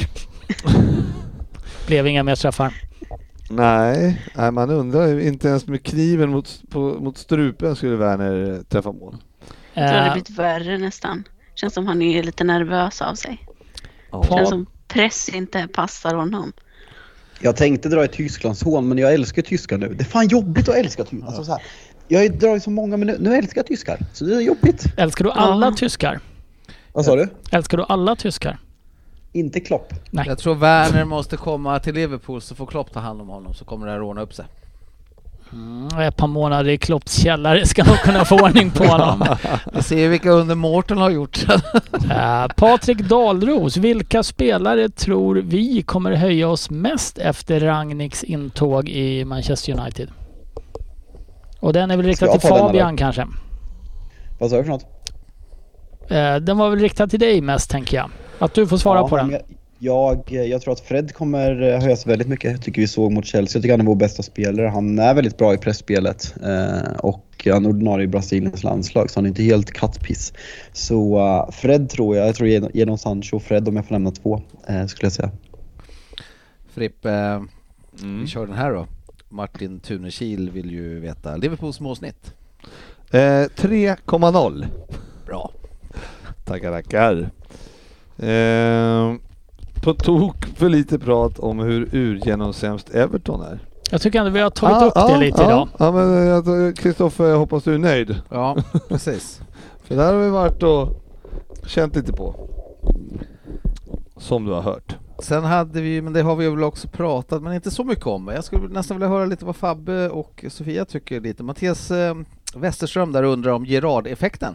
Blev inga mer straffar. Nej, nej, man undrar ju inte ens med kniven mot, på, mot strupen skulle Werner träffa mål. Jag tror det har blivit värre nästan. Känns som han är lite nervös av sig. Ja. Känns som press inte passar honom. Jag tänkte dra i Tysklands hån, men jag älskar tyskar nu. Det är fan jobbigt att älska tyskar. Alltså, så här, jag har dragit så många minuter. Nu älskar jag tyskar. Så det är jobbigt. Älskar du alla Ja. tyskar? Vad sa du? Älskar du alla tyskar? Inte Klopp. Nej. Jag tror Werner måste komma till Liverpool så får Klopp ta hand om honom, så kommer det här ordna upp sig. Mm, ett par månader i Klopps källare ska nog kunna få ordning på honom. Vi ser vilka under Mårten har gjort. uh, Patrik Dahlros, vilka spelare tror vi kommer höja oss mest efter Rangnicks intåg i Manchester United? Och den är väl riktad Ska jag till ta den, Fabian eller? kanske? Vad sa du för något? Uh, den var väl riktad till dig mest tänker jag. Att du får svara Ja, på den. men Jag, jag tror att Fred kommer höjas väldigt mycket. Jag tycker vi såg mot Chelsea. Jag tycker han är vår bästa spelare. Han är väldigt bra i pressspelet. Eh, och han är ordinarie i Brasiliens landslag. Så han är inte helt kattpiss. Så uh, Fred tror jag. Jag tror genom, genom Sancho och Fred om jag får nämna två. Eh, skulle jag säga. Fripp, eh, Mm. vi kör den här då. Martin Tunekil vill ju veta Liverpools målsnitt. Eh, tre komma noll. Bra. Tackar, tackar. Eh, på tok för lite prat om hur urgenomsämst Everton är. Jag tycker ändå vi har tagit Ah, upp ah, det lite ah, idag. Ja, men Kristoffer, jag hoppas du är nöjd. Ja, precis. För där har vi varit och känt lite på. Som du har hört. Sen hade vi, men det har vi väl också pratat, men inte så mycket om. Jag skulle nästan vilja höra lite vad Fabbe och Sofia tycker lite. Mattias eh, Westerström där undrar om Gerard-effekten.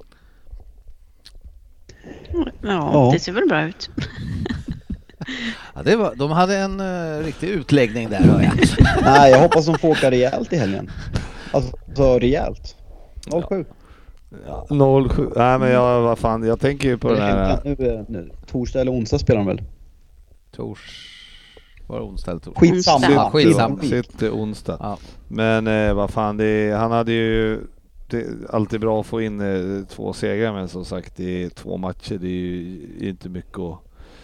Ja, Ja. det ser väl bra ut. Ja, det var, de hade en uh, riktig utläggning där, hör jag. Nej, jag hoppas de får åka rejält i helgen. Alltså rejält. noll sju. Ja, noll sju. Nej men jag, vad fan, jag tänker ju på den här... Nu, nu, torsdag eller onsdag spelar de väl? Tors... Var det onsdag eller torsdag? Skitsamma. Ja, skitsamma. Sitter onsdag. Ja. Men eh, vad fan, det, han hade ju... Det är alltid bra att få in eh, två segrar, men som sagt det är två matcher, det är ju inte mycket att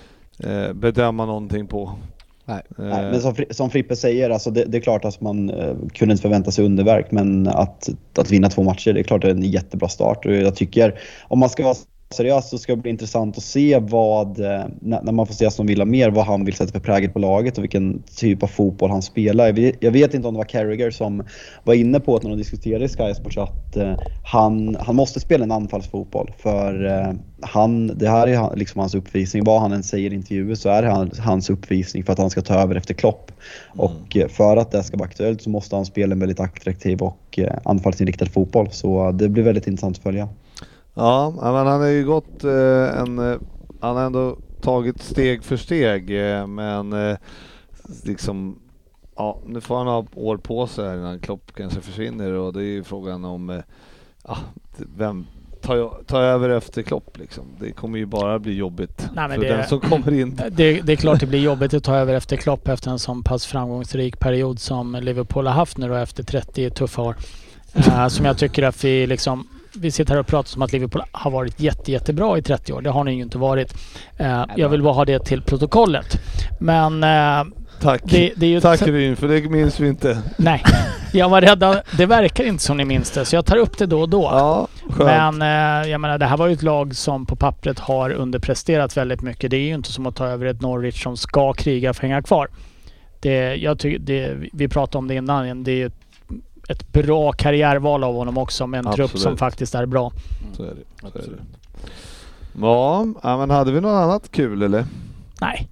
eh, bedöma någonting på. Nej. Eh, Nej, men som, som Frippe säger, alltså det, det är klart att man eh, kunde inte förvänta sig underverk, men att, att vinna två matcher, det är klart att det är en jättebra start. Och jag tycker, om man ska vara seriös så ska det bli intressant att se vad, eh, när, när man får se Aston Villa mer, vad han vill sätta för prägel på laget och vilken typ av fotboll han spelar. Jag vet, jag vet inte om det var Carragher som var inne på att när de diskuterade i Sky Sports att eh, han, han måste spela en anfallsfotboll, för eh, han, det här är liksom hans uppvisning. Vad han än säger i intervjuer så är det hans, hans uppvisning för att han ska ta över efter Klopp. Mm. Och eh, för att det ska vara aktuellt så måste han spela en väldigt attraktiv och eh, anfallsinriktad fotboll. Så det blir väldigt intressant att följa. Ja, men han har ju gått eh, en... Eh, han har ändå tagit steg för steg, eh, men eh, liksom... Ja, nu får han ha år på sig här innan Klopp kanske försvinner, och det är ju frågan om... Eh, ja, vem tar, tar över efter Klopp liksom. Det kommer ju bara bli jobbigt. Nej, men för det, den som kommer in. Det, det är klart det blir jobbigt att ta över efter Klopp efter en sån pass framgångsrik period som Liverpool har haft nu då efter trettio tuffa år. Uh, som jag tycker att vi liksom... Vi sitter här och pratar som att Liverpool har varit jätte, jättebra i trettio år. Det har ni ju inte varit. Uh, jag vill bara ha det till protokollet. Men... Uh, Tack. Det, det är ju Tack t- Ryn, för det minns vi inte. Nej, jag var rädd. Det verkar inte som ni minns det, så jag tar upp det då och då. Ja, skönt. Men uh, jag menar, det här var ju ett lag som på pappret har underpresterat väldigt mycket. Det är ju inte som att ta över ett Norwich som ska kriga för att hänga kvar. Det, jag ty- det, vi pratade om det innan. Det är ju ett bra karriärval av honom också, med en Absolut. trupp som faktiskt är bra. Mm. Så är det. Så är det. Ja, men hade vi något annat kul eller? Nej.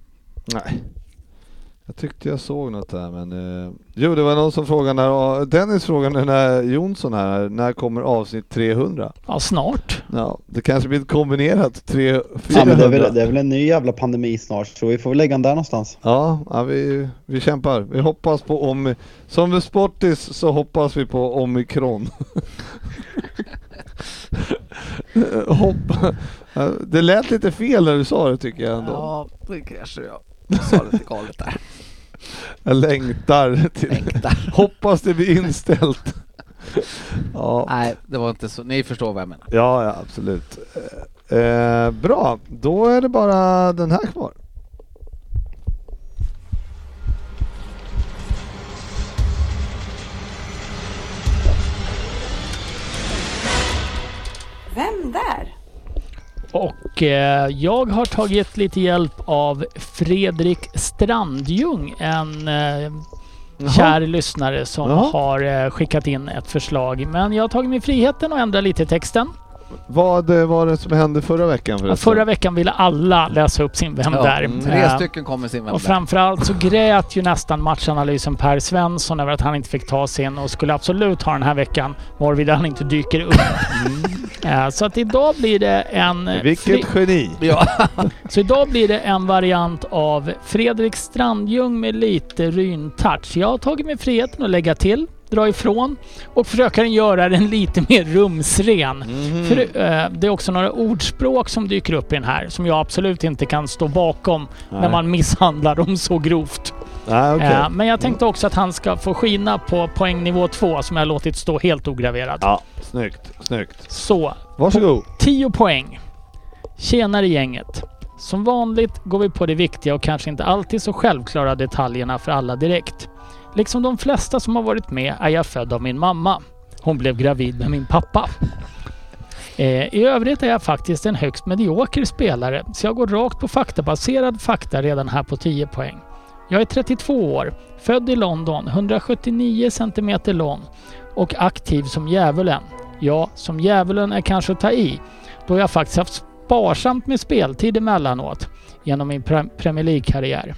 Nej. Jag tyckte jag såg något där, men... Eh, jo, det var någon som frågade när... Dennis frågade när Jonsson här, när kommer avsnitt trehundra? Ja, snart. Ja, det kanske blir ett kombinerat tre fyrahundra. Ja, men det, är väl, det är väl en ny jävla pandemi snart, så vi får väl lägga den där någonstans. Ja, ja vi, vi kämpar. Vi hoppas på om... Som med Sportis så hoppas vi på omikron. Hoppa. Det lät lite fel när du sa det, tycker jag ändå. Ja, det kanske jag. Jag sa lite galet där. Jag längtar till... Längtar. Hoppas det blir inställt. Ja. Nej, det var inte så. Ni förstår vad jag menar. Ja, ja, absolut. Eh, bra, då är det bara den här kvar. Vem där? Och eh, jag har tagit lite hjälp av Fredrik Strandjung, en eh, kär lyssnare som Jaha. har eh, skickat in ett förslag. Men jag har tagit mig friheten och ändrat lite i texten. Vad var det som hände förra veckan? Ja, förra veckan ville alla läsa upp sin Vem Ja, där. mm, tre Eh, stycken kommer sin Vem Och där. framförallt så grät ju nästan matchanalysen Per Svensson över att han inte fick ta sin och skulle absolut ha den här veckan, varvid han inte dyker upp. Eh, så att idag blir det en... Vilket geni! Ja. Så idag blir det en variant av Fredrik Strandjung med lite ryntouch. Jag har tagit mig friheten att lägga till, dra ifrån och försöka göra den lite mer rumsren. Mm. För, eh, det är också några ordspråk som dyker upp i den här som jag absolut inte kan stå bakom Nej. när man misshandlar dem så grovt. Ah, okay. Eh, men jag tänkte också att han ska få skina på poängnivå två som jag låtit stå helt ograverad. Ja, snyggt, snyggt. Så, Varsågod. tio poäng. Tjenare gänget. Som vanligt går vi på det viktiga och kanske inte alltid så självklara detaljerna för alla direkt. Liksom de flesta som har varit med är jag född av min mamma. Hon blev gravid med min pappa. Eh, I övrigt är jag faktiskt en högst medioker spelare, så jag går rakt på faktabaserad fakta redan här på tio poäng. Jag är trettiotvå år, född i London, hundrasjuttionio centimeter lång och aktiv som djävulen. Ja, som djävulen är kanske att ta i, då jag faktiskt haft sparsamt med speltid emellanåt genom min pre- Premier League-karriär.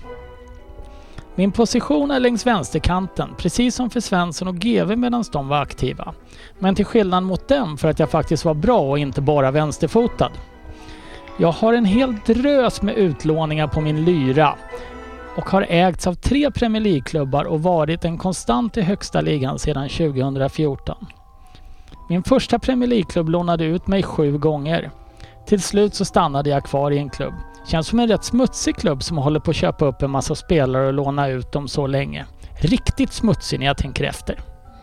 Min position är längs vänsterkanten, precis som för Svensson och G V medan de var aktiva. Men till skillnad mot dem för att jag faktiskt var bra och inte bara vänsterfotad. Jag har en hel drös med utlåningar på min lyra och har ägts av tre Premier League-klubbar och varit en konstant i högsta ligan sedan tjugohundrafjorton. Min första Premier League-klubb lånade ut mig sju gånger. Till slut så stannade jag kvar i en klubb. Känns som en rätt smutsig klubb som håller på att köpa upp en massa spelare och låna ut dem så länge. Riktigt smutsig när jag tänker efter.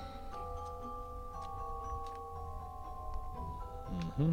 Mm.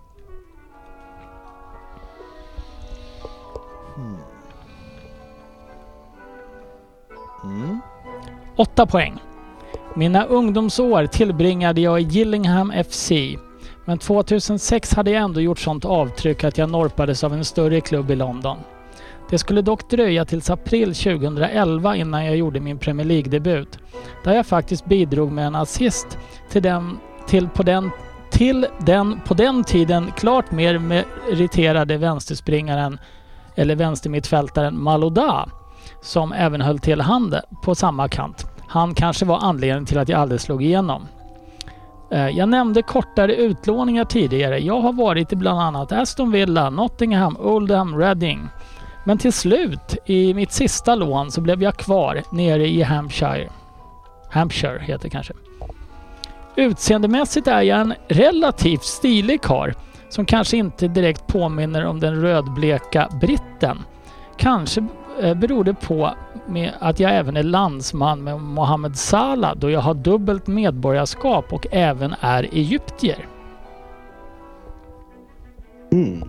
Mm. Åtta poäng. Mina ungdomsår tillbringade jag i Gillingham F C. Men tjugohundrasex hade jag ändå gjort sånt avtryck att jag norpades av en större klubb i London. Det skulle dock dröja tills april tjugohundraelva innan jag gjorde min Premier League-debut. Där jag faktiskt bidrog med en assist till den, till på den, till den på den tiden klart mer meriterade vänsterspringaren eller vänstermittfältaren Maloda, som även höll till handen på samma kant. Han kanske var anledningen till att jag aldrig slog igenom. Jag nämnde kortare utlåningar tidigare. Jag har varit i bland annat Aston Villa, Nottingham, Oldham, Reading. Men till slut, i mitt sista lån, så blev jag kvar nere i Hampshire. Hampshire heter det kanske. Utseendemässigt är jag en relativt stilig karl som kanske inte direkt påminner om den rödbleka britten. Kanske beror det på med att jag även är landsman med Mohammed Salah, då jag har dubbelt medborgarskap och även är egyptier. Mm.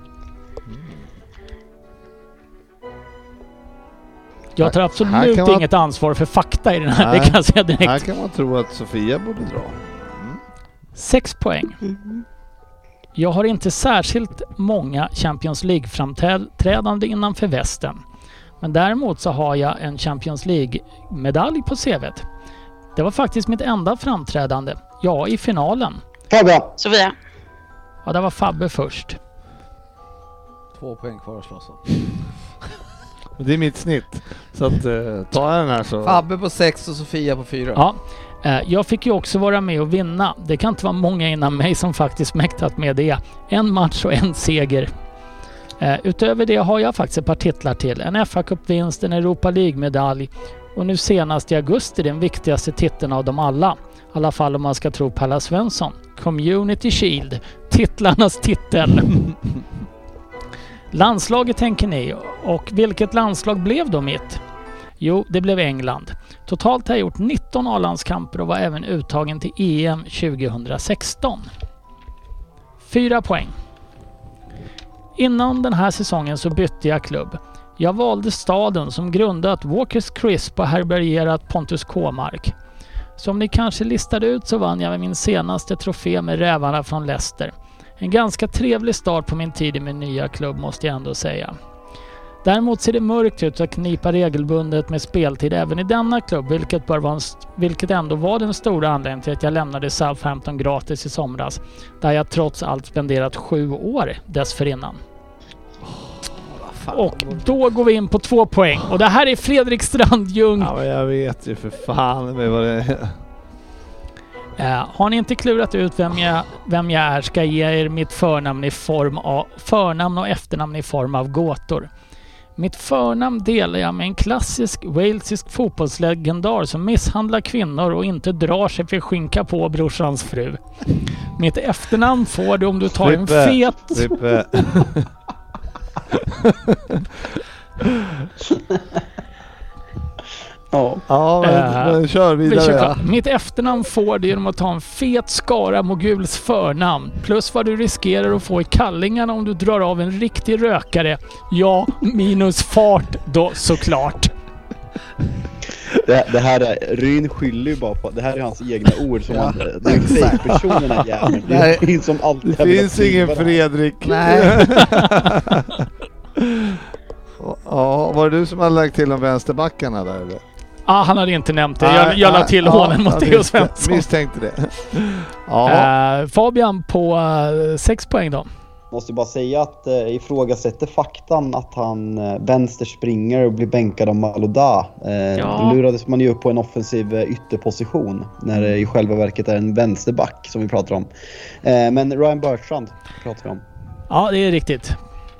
Jag tar Här absolut kan man- inget ansvar för fakta i den här, Nej. det kan jag säga direkt. Här kan man tro att Sofia borde dra. Mm. Sex poäng. Mhm. Jag har inte särskilt många Champions League-framträdande innanför västen. Men däremot så har jag en Champions League-medalj på C V:t. Det var faktiskt mitt enda framträdande. Ja, i finalen. Fabian! Sofia. Ja, det var Fabbe först. Två poäng kvar att slåss om. Det är mitt snitt. Så att uh, tar jag den här så... Fabbe på sex och Sofia på fyra. Ja, eh, jag fick ju också vara med och vinna. Det kan inte vara många innan mig som faktiskt mäktat med det. En match och en seger. Eh, utöver det har jag faktiskt ett par titlar till. En F A-cupvinst, en Europa League-medalj och nu senast i augusti den viktigaste titeln av dem alla. I alla fall om man ska tro Pella Svensson. Community Shield. Titlarnas titel. Landslaget tänker ni. Och vilket landslag blev då mitt? Jo, det blev England. Totalt har jag gjort nitton A-landskamper och var även uttagen till E M tjugohundrasexton. Fyra poäng. Innan den här säsongen så bytte jag klubb. Jag valde staden som grundat Walkers Crisp och härbärgerat Pontus Kåmark. Som ni kanske listade ut så vann jag med min senaste trofé med rävarna från Leicester. En ganska trevlig start på min tid i min nya klubb måste jag ändå säga. Däremot ser det mörkt ut att knipa regelbundet med speltid även i denna klubb, vilket, bör vara en st- vilket ändå var den stora anledningen till att jag lämnade Southampton gratis i somras, där jag trots allt spenderat sju år dessförinnan. Och då går vi in på två poäng. Och det här är Fredrik Strandljung. Ja, men jag vet ju för fan med vad det är. Uh, har ni inte klurat ut vem jag, vem jag är ska jag ge er mitt förnamn i form av förnamn och efternamn i form av gåtor. Mitt förnamn delar jag med en klassisk walesisk fotbollslegendar som misshandlar kvinnor och inte drar sig för skinka på brorsans fru. Mitt efternamn får du om du tar en fet... Rippe. Ja, ja men, Äh, men kör vidare. Vi kör Ja. Mitt efternamn får du genom att ta en fet skara moguls förnamn. Plus vad du riskerar att få i kallingarna om du drar av en riktig rökare. Ja, minus fart då såklart. det, det här är, Ryn skyller ju bara på, det här är hans egna ord som Ja, han, det är fake-personerna jäveln. Det Nej, är Ryn som alltid Det finns ingen Fredrik. Nej. Ja, var det du som hade lagt till de vänsterbackarna där eller? Ah, han hade inte nämnt det. Jag, jag la till ja, honom mot ja, Theo misst- Svensson. Misstänkte det. Ja. Uh, Fabian på uh, sex poäng då. Måste bara säga att eh, ifrågasätter faktan att han eh, vänster springer och blir bänkad av Maloda. Eh, Ja. Då lurades man ju upp på en offensiv eh, ytterposition när det i själva verket är en vänsterback som vi pratar om. Eh, men Ryan Bertrand pratar vi om. Ja, det är riktigt.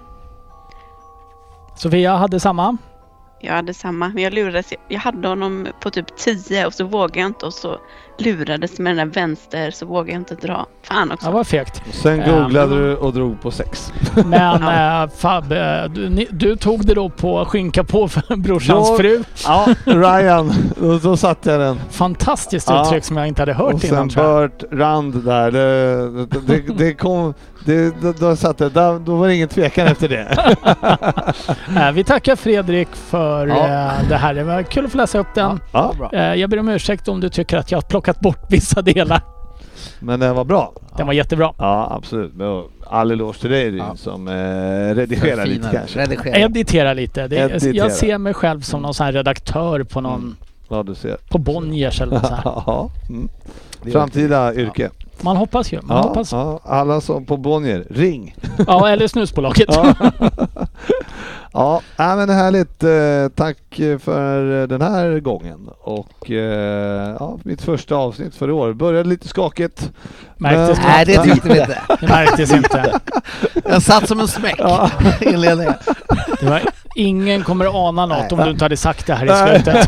Sofia hade samma. Jag hade samma, men jag lurades. Jag hade honom på typ tio och så vågade jag inte och så lurades med den där vänster så vågade jag inte dra. Fan också. Ja, var fegt. Sen googlade du och drog på sex. Men äh, Fab, äh, du, ni, du tog det då på skinka på för brorsans Ja. fru. Ja, Ryan. Då, då satte jag den. Fantastiskt Ja. uttryck som jag inte hade hört Och innan sen tror jag. Bert Rand där. Det, det, det, det kom... Det, då, då, satt det, där, då var det ingen tvekan efter det. Äh, vi tackar Fredrik för Ja. äh, det här. Det var kul att få läsa upp den. Ja, Äh, jag ber om ursäkt om du tycker att jag har plockat bort vissa delar. men det var bra. Den var jättebra. Ja, absolut. Men all eloge till dig Ryn, Ja. som eh, redigerar lite Finare. kanske. Redigera. Editera lite. Det, Editera. Jag ser mig själv som någon sån här redaktör på någon... Mm. Ja, du ser. På Bonniers eller något så här. Ja. Mm. Framtida yrke. Man hoppas ju. Man Ja, hoppas. ja, alla som på Bonnier, ring! Ja, eller snusbolaget. Ja, ja äh, men härligt. Eh, tack för den här gången. Och eh, ja, mitt första avsnitt för i år. Började lite skakigt. Märktes Men- Nej, det tyckte vi inte. Det märktes inte. Jag satt som en smäck Ja. i inledningen. Det var, ingen kommer att ana något Nej. om du inte hade sagt det här i Nej. slutet.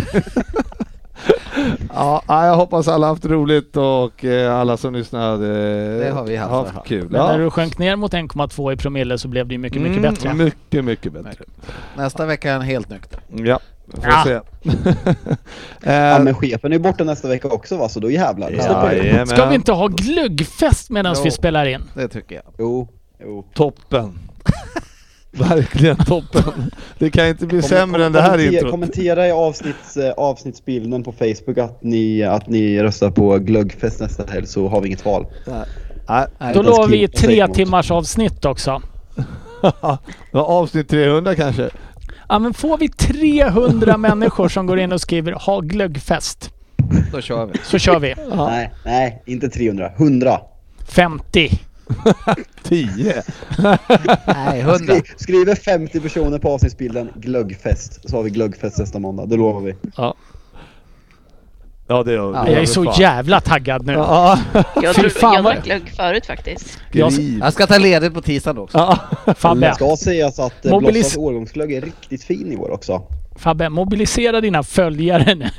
Ja, jag hoppas alla haft roligt och eh, alla som lyssnade Det har vi haft. haft kul. Men när Ja. du sjönk ner mot en komma två i promille så blev det ju mycket, mycket Mm, bättre. Mycket, mycket bättre. Nästa vecka är han helt nykter. Ja, vi får Ja. se. Ja, eh, men chefen är ju borta nästa vecka också va, så då jävlar. Lyssna på det. jajamän. Ska vi inte ha glöggfest medan Jo. vi spelar in? Det tycker jag. Jo, jo. Toppen. Verkligen toppen. Det kan inte bli Kom- sämre kom- än det här kommentera, introt. kommentera i avsnitts, eh, avsnittsbilden på Facebook att ni, att ni röstar på glöggfest nästa helg så har vi inget val. Nej. Då Inte ens lovar vi Klipp tre säger emot. timmars avsnitt också. Ja, avsnitt trehundra kanske. Ja, men får vi trehundra människor som går in och skriver ha glöggfest Då kör vi. så kör vi. Ja. Nej, nej, inte trehundra. hundra. femtio. tio. Nej, hundra. Skri, skriver femtio personer på avsnittsbilden glöggfest. Så har vi glöggfest nästa måndag, det lovar vi. Ja. Ja, det gör vi. Jag är så jävla taggad nu. Ja. Jag Fy tror fan jag vad- drack glögg förut faktiskt. Jag- Skriv. Jag ska ta ledigt på tisdagen också. Ja. Fabbe, Det ska sägas att eh, Mobilis- Blossas årgångsglögg är riktigt fin i år också. Fabbe, mobilisera dina följare nu.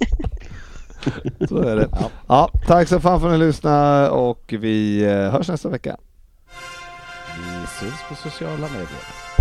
Så är det. Ja, tack så fan för att ni lyssnade och vi eh, hörs nästa vecka. Vi syns på sociala medier.